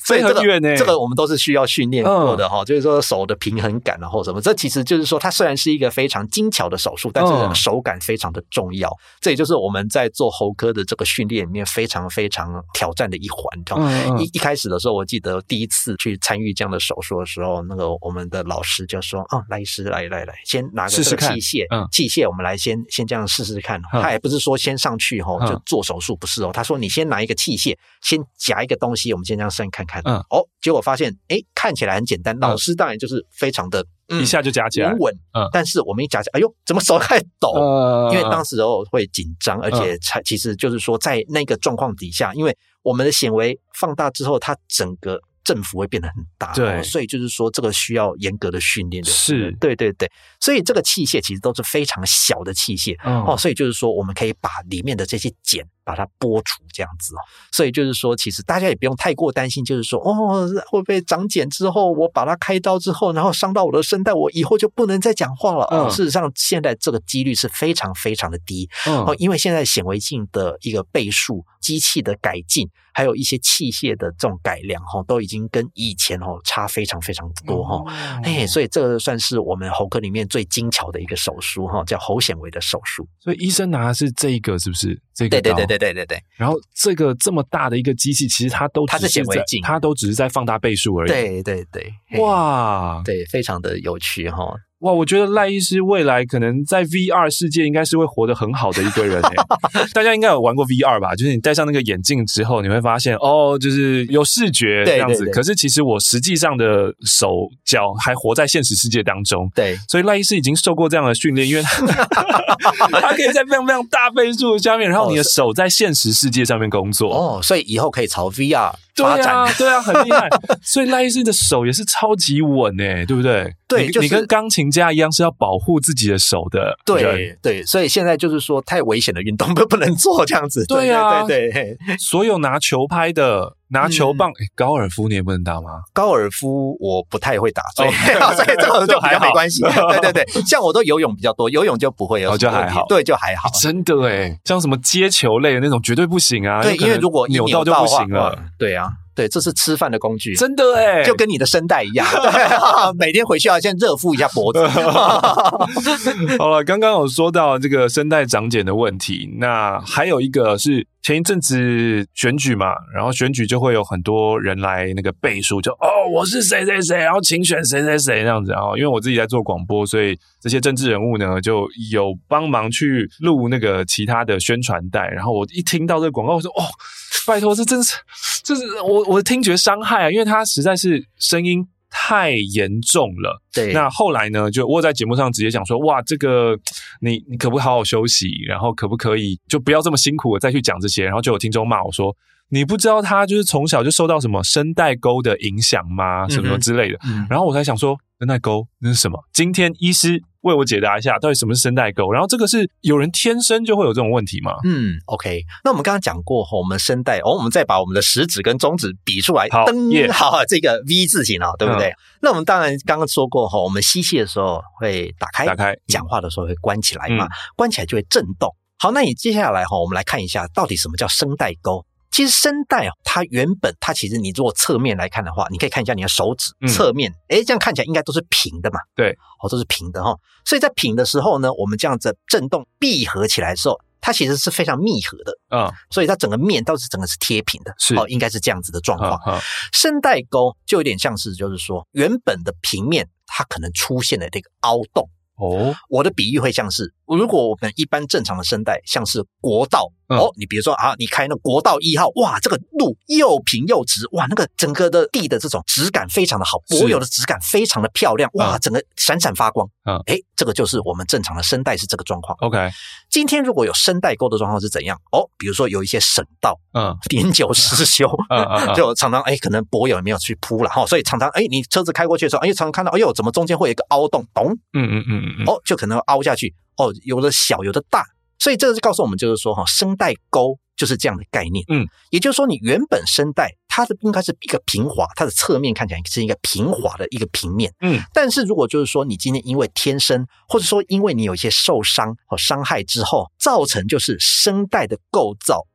所以很远欸， 这个我们都是需要训练过的就是说手的平衡感或什么，这其实就是说它虽然是一个非常精巧的手术，但是手感非常的重要，这也就是我们在做喉科的这个训练里面非常非常挑战的一环。一开始的时候，我记得第一次去参与这样的手术的时候，那个我们的老师就说赖医师来，先拿个这个器械我们来先这样试试看。他也不是说先上去就做手术，不是他说你先拿一个器械，先夹一个东西，我们先这样试看看。结果发现看起来很简单，老师当然就是非常的一下就夹起来稳，但是我们一夹起来，哎呦，怎么手开始抖？因为当时会紧张，而且其实就是说在那个状况底下，因为我们的显微放大之后，它整个振幅会变得很大， 对， 所以就是说这个需要严格的训练， 是， 对，所以这个器械其实都是非常小的器械所以就是说我们可以把里面的这些茧把它剥除这样子所以就是说其实大家也不用太过担心，就是说会不会长茧之后我把它开刀之后，然后伤到我的声带，我以后就不能再讲话了事实上现在这个几率是非常非常的低因为现在显微镜的一个倍数、机器的改进，还有一些器械的这种改良都已经跟以前差非常非常多所以这个算是我们喉科里面最精巧的一个手术叫喉显微的手术。 所以医生拿的是这个是不是？这个刀对。 然后这个这么大的一个机器，其实它是显微镜，它都只是在放大倍数而已。 对。 哇， 对，非常的有趣哇，我觉得赖医师未来可能在 VR 世界应该是会活得很好的一个人大家应该有玩过 VR 吧？就是你戴上那个眼镜之后，你会发现就是有视觉这样子。可是其实我实际上的手脚还活在现实世界当中。 对， 所以赖医师已经受过这样的训练，因为他可以在非常非常大倍数下面，然后你的手在现实世界上面工作所以以后可以朝 VR 发展。 对啊，很厉害。所以赖医师的手也是超级稳对不对？ 对， 你跟钢琴家一样是要保护自己的手的。 对，所以现在就是说太危险的运动不能做这样子。 对啊， 对。所有拿球拍的、拿球棒，高尔夫你也不能打吗？ 高尔夫我不太会打，所以这个就比较没关系。对，像我都游泳比较多，游泳就不会有就还好。 对，就还好。 真的像什么接球类的那种绝对不行啊。 对，因为如果扭到就不行了。 对啊。对，这是吃饭的工具， 真的就跟你的声带一样，每天回去要先热敷一下脖子。 好了，刚刚有说到这个声带长茧的问题，那还有一个是前一阵子选举嘛，然后选举就会有很多人来那个背书，就我是谁谁谁，然后请选谁谁谁那样子。然后因为我自己在做广播，所以这些政治人物呢就有帮忙去录那个其他的宣传带，然后我一听到这个广告，我说拜托，这真是我的听觉伤害因为它实在是声音太严重了。 对， 那后来呢，就我在节目上直接讲说，哇，这个你可不可以好好休息，然后可不可以就不要这么辛苦的再去讲这些。然后就有听众骂我说，你不知道他就是从小就受到什么声带沟的影响吗？什么之类的。然后我才想说，声带沟那是什么？今天医师为我解答一下，到底什么是声带沟？然后这个是有人天生就会有这种问题吗 ？OK， 那我们刚刚讲过我们声带我们再把我们的食指跟中指比出来， 好， 这个 V 字形对不对？那我们当然刚刚说过我们吸气的时候会打开，讲话的时候会关起来嘛，关起来就会震动。好，那你接下来我们来看一下到底什么叫声带沟。其实声带它原本其实你如果侧面来看的话，你可以看一下你的手指侧面，这样看起来应该都是平的嘛。 对， 都是平的所以在平的时候呢，我们这样子震动闭合起来的时候，它其实是非常密合的所以它整个面倒是整个是贴平的，是应该是这样子的状况。声带沟就有点像是就是说原本的平面它可能出现了这个凹洞。我的比喻会像是，如果我们一般正常的声带像是国道你比如说你开那国道1号，哇，这个路又平又直，哇，那个整个的地的这种质感非常的好，柏油的质感非常的漂亮，哇，整个闪闪发光。这个就是我们正常的声带是这个状况。 OK， 今天如果有声带沟的状况是怎样？比如说有一些省道年久失修就常常可能柏油也没有去铺了所以常常你车子开过去的时候常常看到怎么中间会有一个凹洞，咚就可能凹下去有的小有的大，所以这个就告诉我们就是说声带沟就是这样的概念。也就是说你原本声带它的应该是一个平滑，它的侧面看起来是一个平滑的一个平面。但是如果就是说你今天因为天生或者说因为你有一些受伤或伤害之后，造成就是声带的构造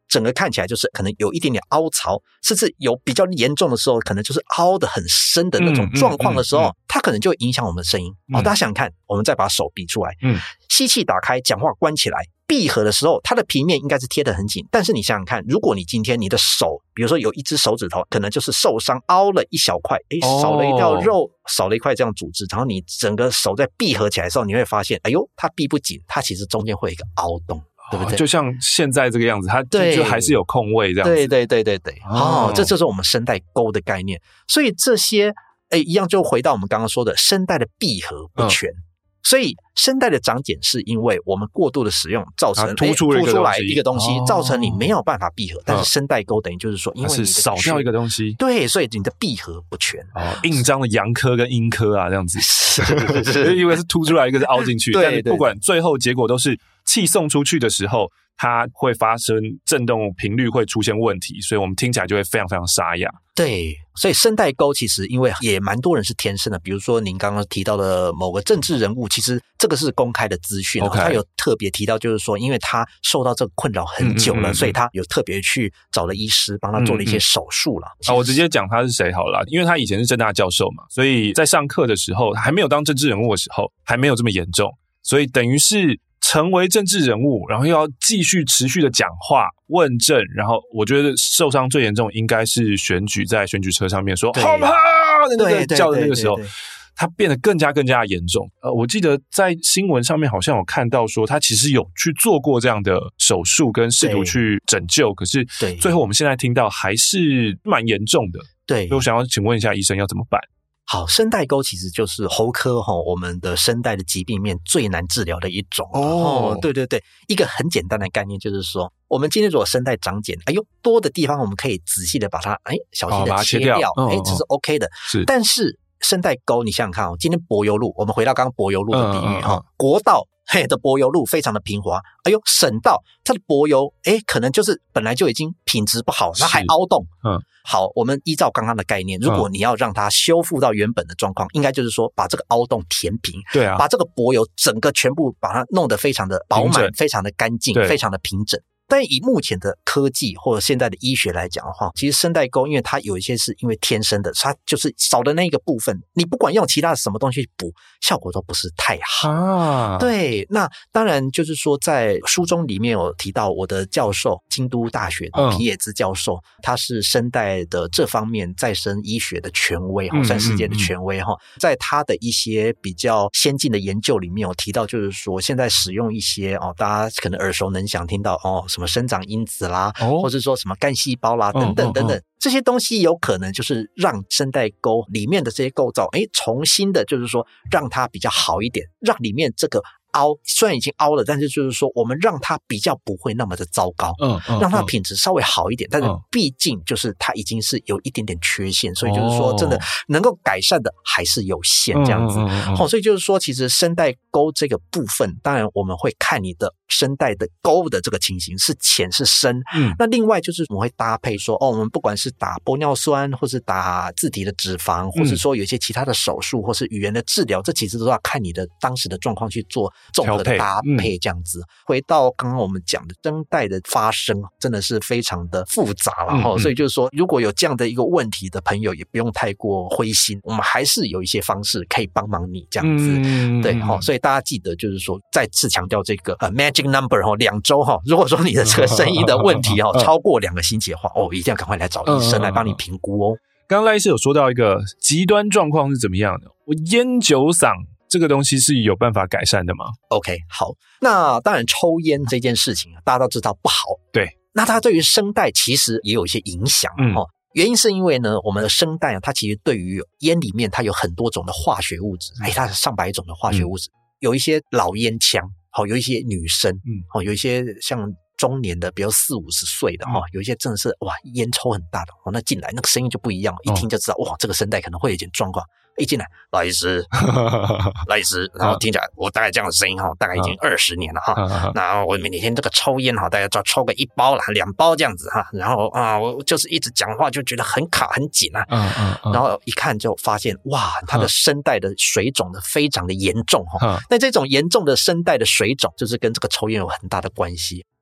整个看起来就是可能有一点点凹槽，甚至有比较严重的时候可能就是凹得很深的那种状况的时候，它可能就会影响我们的声音。大家想想看，我们再把手比出来，吸气打开，讲话关起来，闭合的时候它的平面应该是贴得很紧，但是你想想看，如果你今天你的手比如说有一只手指头可能就是受伤凹了一小块，少了一条肉，少了一块这样组织，然后你整个手在闭合起来的时候，你会发现哎呦它闭不紧，它其实中间会有一个凹洞，对不对？ 就像现在这个样子，它就还是有空位这样子。 对，这就是我们声带沟的概念。所以这些一样就回到我们刚刚说的声带的闭合不全。所以声带的长茧是因为我们过度的使用造成突出来一个东西，造成你没有办法闭合。但是声带沟等于就是说因为你是少掉一个东西， 对，所以你的闭合不全。 印章的阳科跟阴科啊这样子，一个是凸出来，一个是凹进去，但是不管最后结果都是气送出去的时候它会发生震动频率会出现问题，所以我们听起来就会非常非常沙哑。 对，所以声带沟其实因为也蛮多人是天生的，比如说您刚刚提到的某个政治人物，其实这个是公开的资讯，他有特别提到就是说因为他受到这个困扰很久了，所以他有特别去找了医师帮他做了一些手术了。 我直接讲他是谁好了啦，因为他以前是政大教授嘛，所以在上课的时候还没有当政治人物的时候还没有这么严重，所以等于是成为政治人物，然后又要继续持续的讲话问政，然后我觉得受伤最严重应该是在选举车上面说好怕的那个叫的那个时候，他变得更加严重。我记得在新闻上面好像有看到说他其实有去做过这样的手术跟试图去拯救，可是最后我们现在听到还是蛮严重的。对，所以我想要请问一下医生要怎么办？ 好，声带沟其实就是喉科我们的声带的疾病里面最难治疗的一种。对，一个很简单的概念就是说，我们今天如果声带长茧，多的地方我们可以仔细的把它小心的切掉，这是 OK 的。但是声带沟你想想看今天柏油路，我们回到刚刚柏油路的比喻国道的柏油路非常的平滑，省道它的柏油可能就是本来就已经品质不好，那还凹洞。好，我们依照刚刚的概念，如果你要让它修复到原本的状况，应该就是说把这个凹洞填平，对啊，把这个柏油整个全部把它弄得非常的饱满，非常的干净，非常的平整。但以目前的科技或者现在的医学来讲的话，其实声带沟因为它有一些是因为天生的，它就是少的那个部分，你不管用其他的什么东西补，效果都不是太好。对，那当然就是说在书中里面有提到我的教授，京都大学的皮野兹教授，他是声带的这方面再生医学的权威，算世界的权威。在他的一些比较先进的研究里面有提到，就是说现在使用一些大家可能耳熟能详听到什么生长因子啦，或者说什么干细胞啦等等等等，这些东西有可能就是让声带沟里面的这些构造重新的就是说让它比较好一点，让里面这个凹虽然已经凹了，但是就是说我们让它比较不会那么的糟糕，让它品质稍微好一点，但是毕竟就是它已经是有一点点缺陷，所以就是说真的能够改善的还是有限这样子。所以就是说其实声带沟这个部分，当然我们会看你的声带的沟的这个情形是浅是深，那另外就是我们会搭配说我们不管是打玻尿酸或是打自体的脂肪，或是说有一些其他的手术或是语言的治疗，这其实都要看你的当时的状况去做综合的搭配这样子。回到刚刚我们讲的声带的发声真的是非常的复杂了，所以就是说如果有这样的一个问题的朋友也不用太过灰心，我们还是有一些方式可以帮忙你这样子。对，所以大家记得就是说再次强调这个magic number 2周如果说你的这个声音的问题超过2个星期的话一定要赶快来找医生来帮你评估哦。 刚刚赖医师有说到一个极端状况是怎么样的，我烟酒嗓这个东西是有办法改善的吗？ OK， 好，那当然抽烟这件事情大家都知道不好，对，那它对于声带其实也有一些影响原因是因为呢我们的声带它其实对于烟里面它有很多种的化学物质，它有上百种的化学物质，有一些老烟枪有一些女生有一些像中年的比如40-50岁的有一些真的是哇烟抽很大的那进来那个声音就不一样，一听就知道哇这个声带可能会有点状况，一进来赖医师赖医师，然后听起来我大概这样的声音大概已经20年了那我每天这个抽烟大概抽个1包啦2包这样子然后我就是一直讲话就觉得很卡很紧然后一看就发现哇他的声带的水肿的非常的严重那这种严重的声带的水肿就是跟这个抽烟有很大的关系。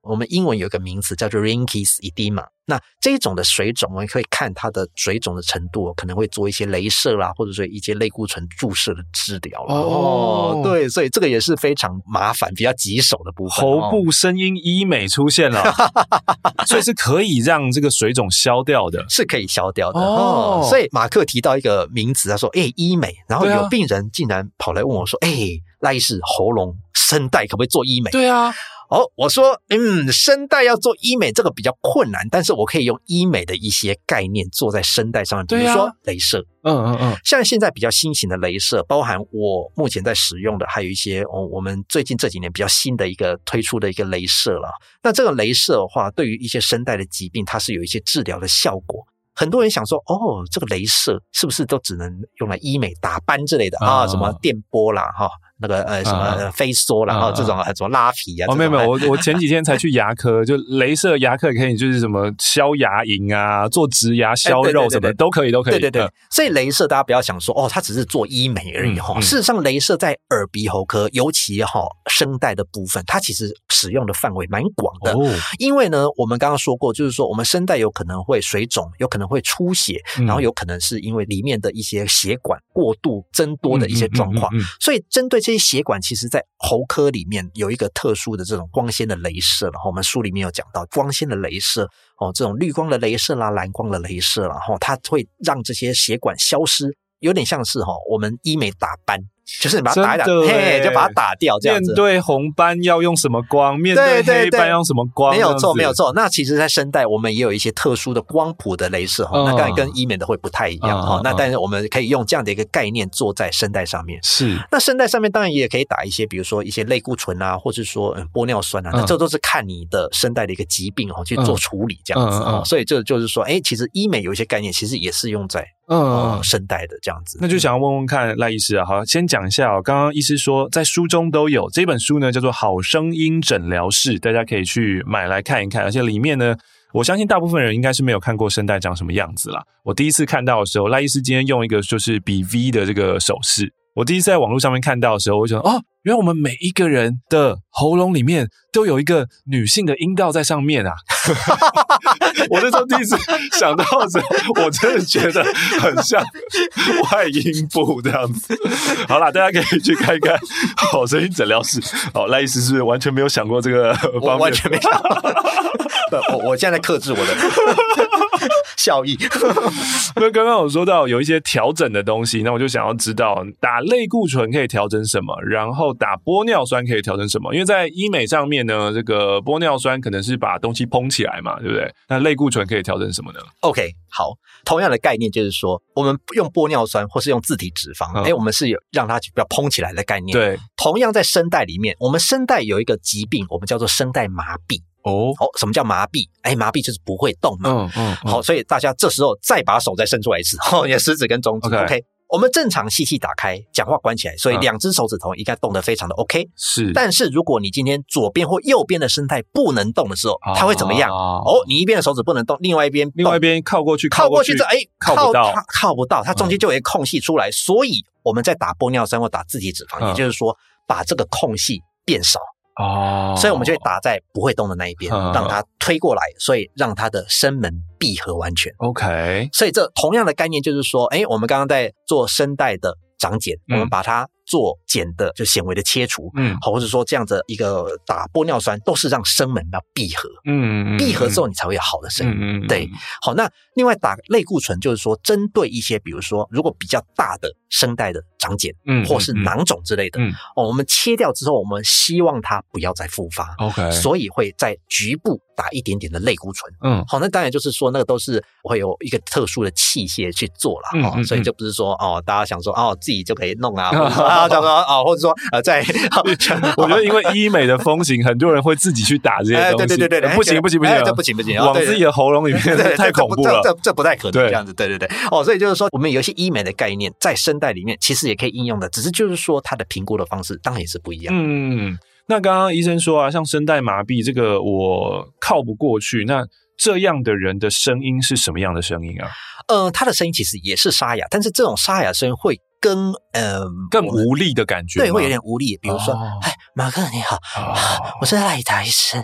我们英文有一个名词叫做 Rinke's edema。那这一种的水肿，我们可以看它的水肿的程度，可能会做一些雷射啦，或者说一些类固醇注射的治疗啦。对，所以这个也是非常麻烦、比较棘手的部分。 喉部声音医美出现了，所以是可以让这个水肿消掉的， 是可以消掉的。所以马克提到一个名词，他说：“医美。”然后有病人竟然跑来问我说：“赖医师，喉咙、声带可不可以做医美？” 对啊。 我说声带要做医美这个比较困难，但是我可以用医美的一些概念做在声带上面，比如说雷射。像现在比较新型的雷射，包含我目前在使用的，还有一些我们最近这几年比较新的一个推出的一个雷射了。那这个雷射的话，对于一些声带的疾病，它是有一些治疗的效果。很多人想说，这个雷射是不是都只能用来医美打斑之类的什么电波啦那个什么飞梭啦，然后这种什么拉皮啊。 没有，我前几天才去牙科，就雷射牙科也可以，就是什么消牙龈啊，做植牙消肉什么都可以。 对。所以雷射大家不要想说它只是做医美而已事实上，雷射在耳鼻喉科，尤其声带的部分，它其实使用的范围蛮广的。因为呢，我们刚刚说过，就是说我们声带有可能会水肿，有可能会出血，然后有可能是因为里面的一些血管过度增多的一些状况，所以针对这些血管，其实在喉科里面有一个特殊的这种光纤的雷射，然后我们书里面有讲到光纤的雷射这种绿光的雷射啦、蓝光的雷射啦，它会让这些血管消失，有点像是我们医美打斑，就是你把它打一打，就把它打掉这样子。 面对红斑要用什么光？面对黑斑要用什么光？ 没有错。那其实在声带我们也有一些特殊的光谱的雷射那当然跟医美的会不太一样那但是我们可以用这样的一个概念做在声带上面。 是。 那声带上面当然也可以打一些，比如说一些类固醇啊，或是说玻尿酸啊，那这都是看你的声带的一个疾病去做处理这样子所以这就是说其实医美有一些概念其实也是用在声带的这样子。 那就想要问问看赖医师好，先讲一下刚刚医师说在书中都有这本书呢，叫做《好声音诊疗室》，大家可以去买来看一看。而且里面呢，我相信大部分人应该是没有看过声带长什么样子啦。我第一次看到的时候，赖医师今天用一个就是比 V 的这个手势，我第一次在网络上面看到的时候，我就想原来我们每一个人的喉咙里面都有一个女性的阴道在上面啊。我那时候第一次想到的时候，我真的觉得很像外阴部这样子。好啦，大家可以去看一看好声音诊疗室。赖医师是不是完全没有想过这个方面？ 我完全没想过。我现在克制我的效益。 那刚刚有说到有一些调整的东西，那我就想要知道打类固醇可以调整什么，然后打玻尿酸可以调整什么？因为在医美上面呢，这个玻尿酸可能是把东西膨起来嘛，对不对？那类固醇可以调整什么呢？ OK， 好，同样的概念就是说，我们用玻尿酸或是用自体脂肪，我们是有让它比较膨起来的概念。 对， 同样在声带里面，我们声带有一个疾病，我们叫做声带麻痹。什么叫麻痹？麻痹就是不会动嘛。好，所以大家这时候再把手再伸出来一次，你的食指跟中指 OK。我们正常吸气打开，讲话关起来，所以两只手指头应该动得非常的 OK。 是， 但是如果你今天左边或右边的声带不能动的时候，它会怎么样？你一边的手指不能动，另外一边靠过去，靠不到，它中间就有一个空隙出来。所以我们在打玻尿酸或打自体脂肪，也就是说把这个空隙变少。所以我们就会打在不会动的那一边，让它推过来，所以让它的声门闭合完全。 OK， 所以这同样的概念就是说，我们刚刚在做声带的长茧，我们把它做茧的就显微的切除，或者说这样的一个打玻尿酸，都是让声门要闭合，闭合之后你才会有好的声音。对，好，那另外打类固醇就是说，针对一些比如说如果比较大的声带的长茧，或是囊肿之类的，我们切掉之后，我们希望它不要再复发。 OK， 所以会在局部打一点点的类固醇。好，那当然就是说那个都是会有一个特殊的器械去做啦。所以就不是说大家想说自己就可以弄啊，或者说在我觉得因为医美的风行，很多人会自己去打这些东西。 对， 不行， 这不行， 往自己的喉咙里面太恐怖了， 这不太可能这样子。对。所以就是说我们有一些医美的概念在声带里面其实也可以应用的，只是就是说它的评估的方式当然也是不一样。 那刚刚医生说像声带麻痹这个我靠不过去，那这样的人的声音是什么样的声音啊？ 他的声音其实也是沙哑，但是这种沙哑声会跟更无力的感觉， 对，会有点无力。比如说，马克你好，我是赖医师。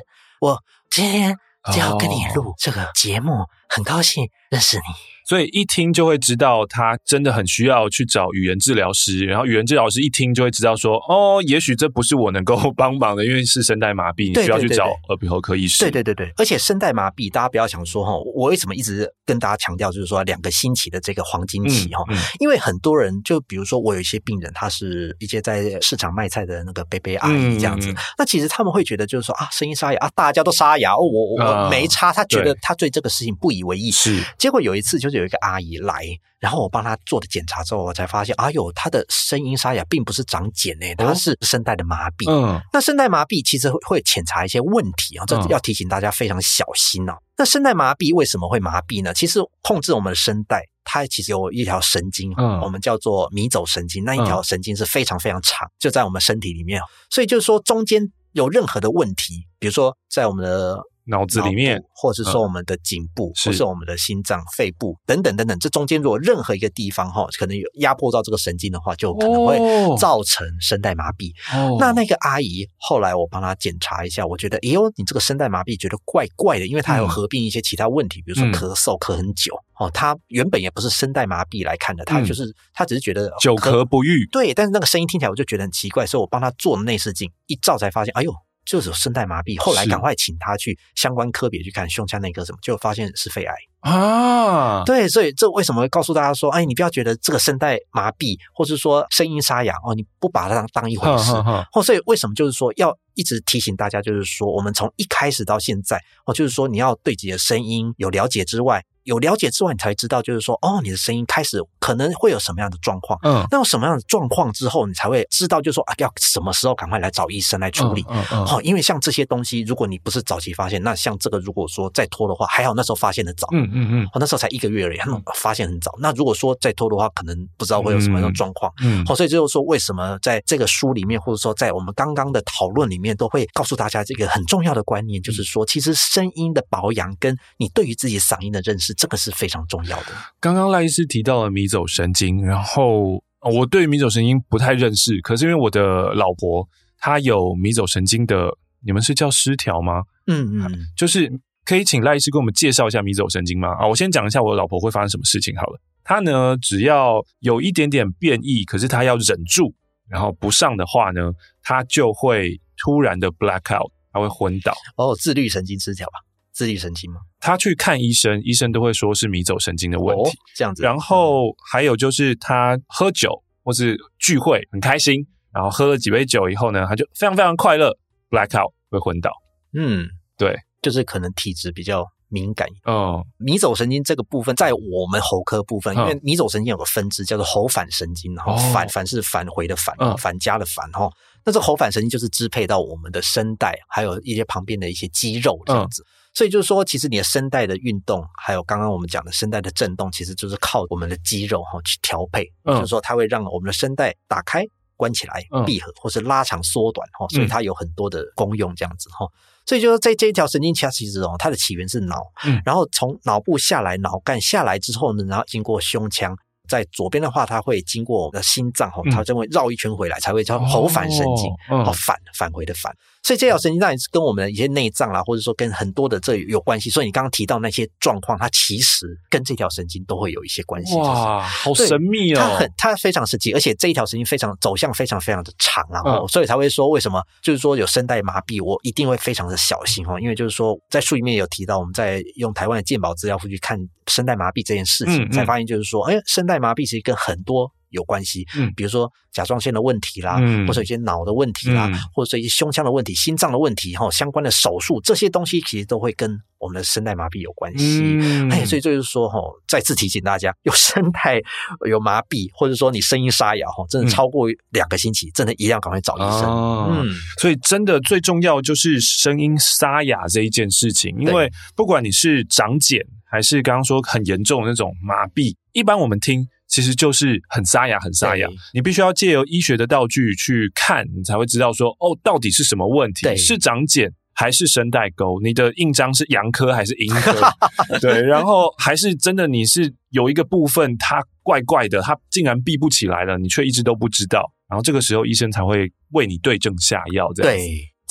我今天就要跟你录这个节目，很高兴认识你。 所以一听就会知道他真的很需要去找语言治疗师，然后语言治疗师一听就会知道说，也许这不是我能够帮忙的，因为是声带麻痹，你需要去找耳鼻喉科医师。 对，而且声带麻痹大家不要想说我为什么一直跟大家强调就是说2个星期的这个黄金期因为很多人就比如说我有一些病人他是一些在市场卖菜的那个伯伯阿姨这样子，那其实他们会觉得就是说声音沙哑大家都沙哑我没差，他觉得他对这个事情不以为意。 是， 结果有一次就是有一个阿姨来，然后我帮她做的检查之后，我才发现她的声音沙哑并不是长茧她是声带的麻痹。那声带麻痹其实会潜藏一些问题这要提醒大家非常小心那声带麻痹为什么会麻痹呢？其实控制我们的声带它其实有一条神经我们叫做迷走神经，那一条神经是非常非常长，就在我们身体里面所以就是说中间有任何的问题，比如说在我们的脑子里面， 或者是说我们的颈部，或是我们的心脏、肺部等等，这中间如果任何一个地方可能有压迫到这个神经的话，就可能会造成声带麻痹。那个阿姨后来我帮她检查一下，我觉得你这个声带麻痹觉得怪怪的，因为她有合并一些其他问题，比如说咳嗽咳很久她原本也不是声带麻痹来看的，她只是觉得久咳不愈。 对，但是那个声音听起来我就觉得很奇怪，所以我帮她做内视镜一照才发现就是有声带麻痹，后来赶快请他去相关科别去看胸腔内科什么，就发现是肺癌对，所以这为什么会告诉大家说你不要觉得这个声带麻痹或是说声音沙哑你不把它当一回事所以为什么就是说要一直提醒大家，就是说我们从一开始到现在就是说你要对自己的声音有了解之外，你才知道就是说你的声音开始可能会有什么样的状况那有什么样的状况之后你才会知道就是说要什么时候赶快来找医生来处理因为像这些东西如果你不是早期发现，那像这个如果说再拖的话，还好那时候发现的早那时候才1个月而已，发现很早，那如果说再拖的话可能不知道会有什么样的状况所以就是说为什么在这个书里面或者说在我们刚刚的讨论里面都会告诉大家这个很重要的观念，就是说其实声音的保养跟你对于自己嗓音的认识这个是非常重要的。 刚刚赖医师提到了迷走神经，然后我对迷走神经不太认识，可是因为我的老婆她有迷走神经的，你们是叫失调吗？就是可以请赖医师跟我们介绍一下迷走神经吗？我先讲一下我的老婆会发生什么事情好了。她呢只要有一点点变异，可是她要忍住，然后不上的话呢，她就会突然的 black out， 她会昏倒。 自律神经失调吧？自律神经吗？ 他去看医生，医生都会说是迷走神经的问题这样子。 然后还有就是他喝酒或是聚会很开心，然后喝了几杯酒以后呢，他就非常非常快乐 black out 会昏倒。对， 就是可能体质比较敏感迷走神经这个部分在我们喉科部分因为迷走神经有个分支叫做喉返神经返是返回的返返家的返那这个喉返神经就是支配到我们的声带还有一些旁边的一些肌肉这样子所以就是说其实你的声带的运动还有刚刚我们讲的声带的震动其实就是靠我们的肌肉去调配就是说它会让我们的声带打开关起来闭合或是拉长缩短所以它有很多的功用这样子所以就是在这一条神经其实它的起源是脑然后从脑部下来脑干下来之后呢，然后经过胸腔在左边的话它会经过我们的心脏它就会绕一圈回来才会叫喉返神经返回的返所以这条神经当然是跟我们的一些内脏啦或者说跟很多的这有关系所以你刚刚提到那些状况它其实跟这条神经都会有一些关系哇好神秘它非常神奇而且这一条神经走向非常非常的长所以才会说为什么就是说有声带麻痹我一定会非常的小心因为就是说在书里面有提到我们在用台湾的健保资料去看声带麻痹这件事情才发现就是说声带麻痹其实跟很多有关系比如说甲状腺的问题啦或者一些脑的问题啦或者说一些胸腔的问题心脏的问题相关的手术这些东西其实都会跟我们的声带麻痹有关系所以就是说再次提醒大家有声带有麻痹或者说你声音沙哑真的超过2个星期真的一定要赶快找医生所以真的最重要就是声音沙哑这一件事情因为不管你是长茧还是刚刚说很严重的那种麻痹一般我们听其实就是很沙哑很沙哑你必须要借由医学的道具去看你才会知道说到底是什么问题是长茧还是声带沟你的印章是阳科还是阴科对然后还是真的你是有一个部分它怪怪的它竟然闭不起来了你却一直都不知道然后这个时候医生才会为你对症下药这样子对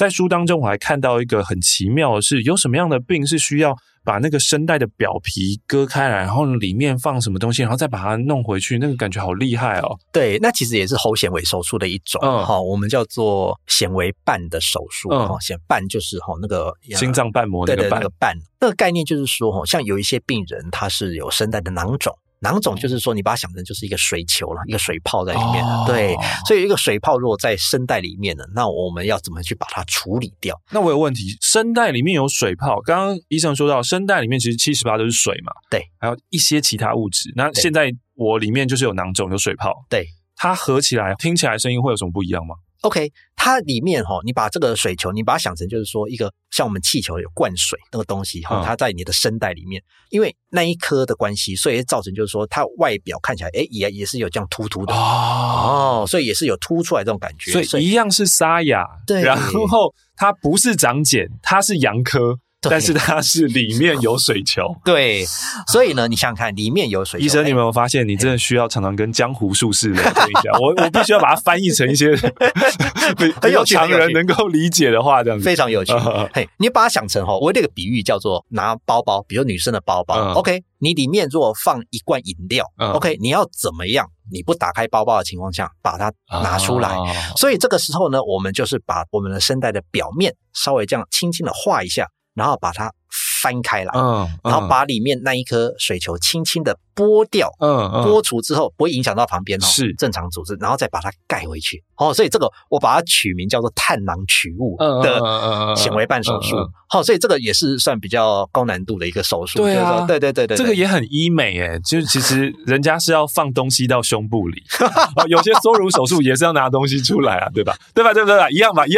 在书当中我还看到一个很奇妙的是，有什么样的病是需要把那个声带的表皮割开来，然后里面放什么东西，然后再把它弄回去，那个感觉好厉害哦。 对，那其实也是喉显微手术的一种，我们叫做显微瓣的手术。显瓣就是那个心脏瓣膜那个瓣， 对对，那个瓣，那个概念就是说，像有一些病人他是有声带的囊肿。囊肿就是说，你把它想成就是一个水球了，一个水泡在里面的。对，所以一个水泡如果在声带里面呢，那我们要怎么去把它处理掉？ 那我有问题，声带里面有水泡，刚刚医生说到，声带里面其实78%都是水嘛， 对， 还有一些其他物质。那现在我里面就是有囊肿，有水泡， 对， 它合起来听起来声音会有什么不一样吗 ？OK， 它里面你把这个水球，你把它想成就是说一个像我们气球有灌水那个东西它在你的声带里面，因为那一颗的关系，所以造成就是说它外表看起来也是有这样凸凸的所以也是有凸出来这种感觉， 所以一样是沙哑， 对， 然后它不是长茧，它是阳科。但是它是里面有水球， 对，所以呢，你想想看，里面有水球。 医生，你有没有发现，你真的需要常常跟江湖术士聊一下？我必须要把它翻译成一些很有常人能够理解的话，这样子非常有趣。你把它想成我这个比喻叫做拿包包，比如女生的包包，OK， 你里面如果放一罐饮料，OK， 你要怎么样？你不打开包包的情况下，把它拿出来。所以这个时候呢，我们就是把我们的声带的表面稍微这样轻轻的画一下。然后把它翻开来，然后把里面那一颗水球轻轻的剥掉，剥除之后不会影响到旁边是正常组织，然后再把它盖回去。所以这个我把它取名叫做探囊取物的显微瓣手术。所以这个也是算比较高难度的一个手术。 对啊， 对， 这个也很医美就是其实人家是要放东西到胸部里，有些缩乳手术也是要拿东西出来啊，对吧？对吧？一样吧。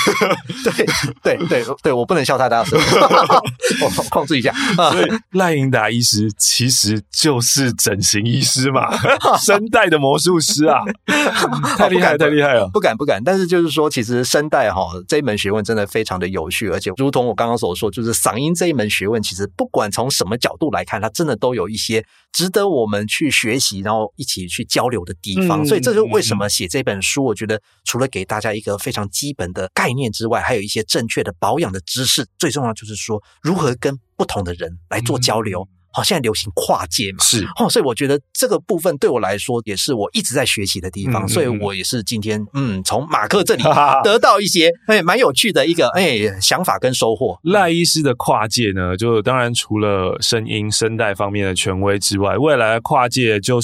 对，我不能笑太大声，我控制一下。 所以赖英达医师其实就是整形医师嘛，声带的魔术师啊，太厉害了！ 不敢。但是就是说，其实声带这一门学问真的非常的有趣，而且如同我刚刚所说，就是嗓音这一门学问，其实不管从什么角度来看，它真的都有一些值得我们去学习，然后一起去交流的地方。所以这就是为什么写这本书，我觉得除了给大家一个非常基本的概念之外，还有一些正确的保养的知识。最重要就是说，如何跟不同的人来做交流。现在流行跨界嘛， 是所以我觉得这个部分对我来说也是我一直在学习的地方，所以我也是今天从马克这里得到一些蛮有趣的一个想法跟收获。 赖医师的跨界呢，就当然除了声音声带方面的权威之外，未来的跨界就是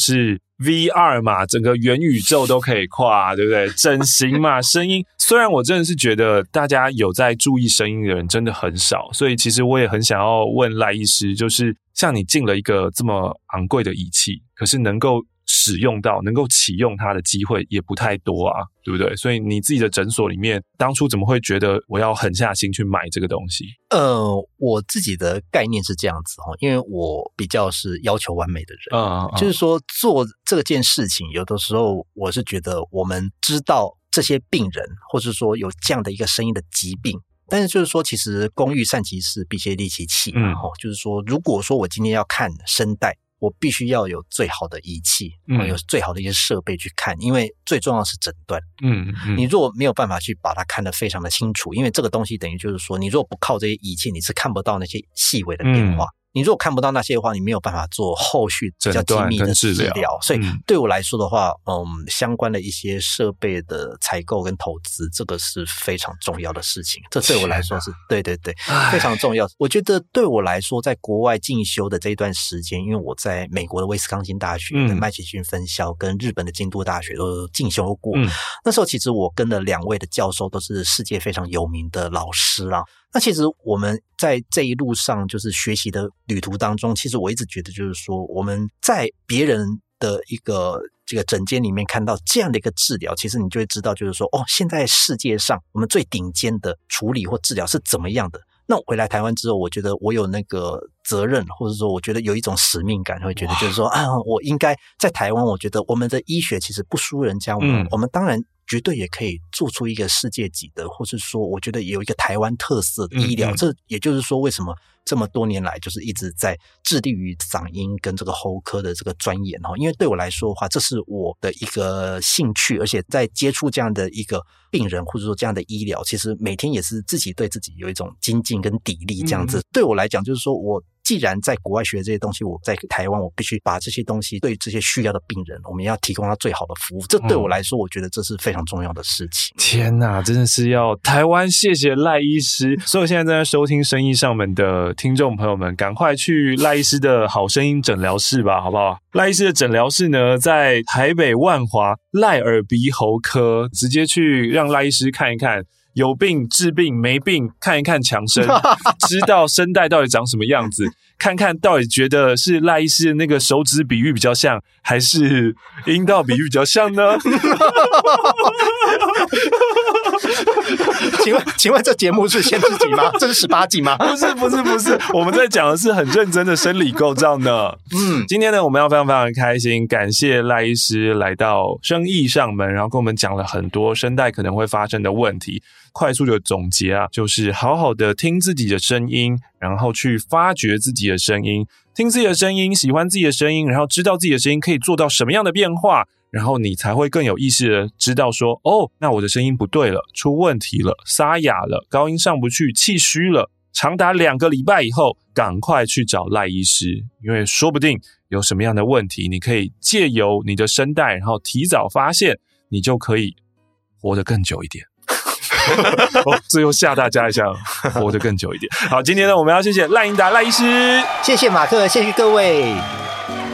VR 嘛，整个元宇宙都可以跨，对不对？整形嘛，声音，虽然我真的是觉得大家有在注意声音的人真的很少，所以其实我也很想要问赖医师，就是像你进了一个这么昂贵的仪器，可是能够使用到能够启用它的机会也不太多啊，对不对？所以你自己的诊所里面当初怎么会觉得我要狠下心去买这个东西？ 我自己的概念是这样子因为我比较是要求完美的人，就是说做这件事情，有的时候我是觉得我们知道这些病人，或是说有这样的一个声音的疾病。但是就是说，其实工欲善其事，必先利其器嘛。就是说，如果说我今天要看声带，我必须要有最好的仪器，有最好的一些设备去看，因为最重要的是诊断。你如果没有办法去把它看得非常的清楚，因为这个东西等于就是说，你如果不靠这些仪器，你是看不到那些细微的变化。你如果看不到那些的话，你没有办法做后续比较精密的治疗。所以对我来说的话，相关的一些设备的采购跟投资，这个是非常重要的事情。这对我来说是对，非常重要。我觉得对我来说，在国外进修的这一段时间，因为我在美国的威斯康星大学的麦奇逊分校跟日本的京都大学都进修过。那时候其实我跟了2位的教授，都是世界非常有名的老师啦。那其实我们在这一路上就是学习的旅途当中，其实我一直觉得就是说，我们在别人的一个这个诊间里面看到这样的一个治疗，其实你就会知道就是说，现在世界上我们最顶尖的处理或治疗是怎么样的。那回来台湾之后，我觉得我有那个责任，或者说我觉得有一种使命感，会觉得就是说我应该在台湾，我觉得我们的医学其实不输人家，我们当然绝对也可以做出一个世界级的，或是说我觉得有一个台湾特色的医疗。这也就是说为什么这么多年来就是一直在致力于嗓音跟这个喉科的这个钻研，因为对我来说的话，这是我的一个兴趣，而且在接触这样的一个病人或者说这样的医疗，其实每天也是自己对自己有一种精进跟砥砺这样子。对我来讲就是说，我既然在国外学这些东西，我在台湾我必须把这些东西对这些需要的病人，我们要提供他最好的服务，这对我来说我觉得这是非常重要的事情。 天哪，真的是要台湾谢谢赖医师。所有现在正在收听生意上门的听众朋友们，赶快去赖医师的好声音诊疗室吧，好不好？赖医师的诊疗室呢，在台北万华赖耳鼻喉科，直接去让赖医师看一看，有病治病，没病看一看强生，知道声带到底长什么样子，看看到底觉得是赖医师的那个手指比喻比较像，还是阴道比喻比较像呢？ 请问这节目是限制级吗？这是18集吗？ 不是，我们在讲的是很认真的生理构造呢。今天呢，我们要非常非常开心，感谢赖医师来到生意上门，然后跟我们讲了很多声带可能会发生的问题。快速的总结啊，就是好好的听自己的声音，然后去发掘自己的声音，听自己的声音，喜欢自己的声音，然后知道自己的声音可以做到什么样的变化，然后你才会更有意识的知道说，哦，那我的声音不对了，出问题了，沙哑了，高音上不去，气虚了，长达2个礼拜以后，赶快去找赖医师，因为说不定有什么样的问题，你可以借由你的声带，然后提早发现，你就可以活得更久一点。最后吓大家一下，活得更久一点。好，今天呢，我们要谢谢赖英达赖医师， 谢谢马克，谢谢各位。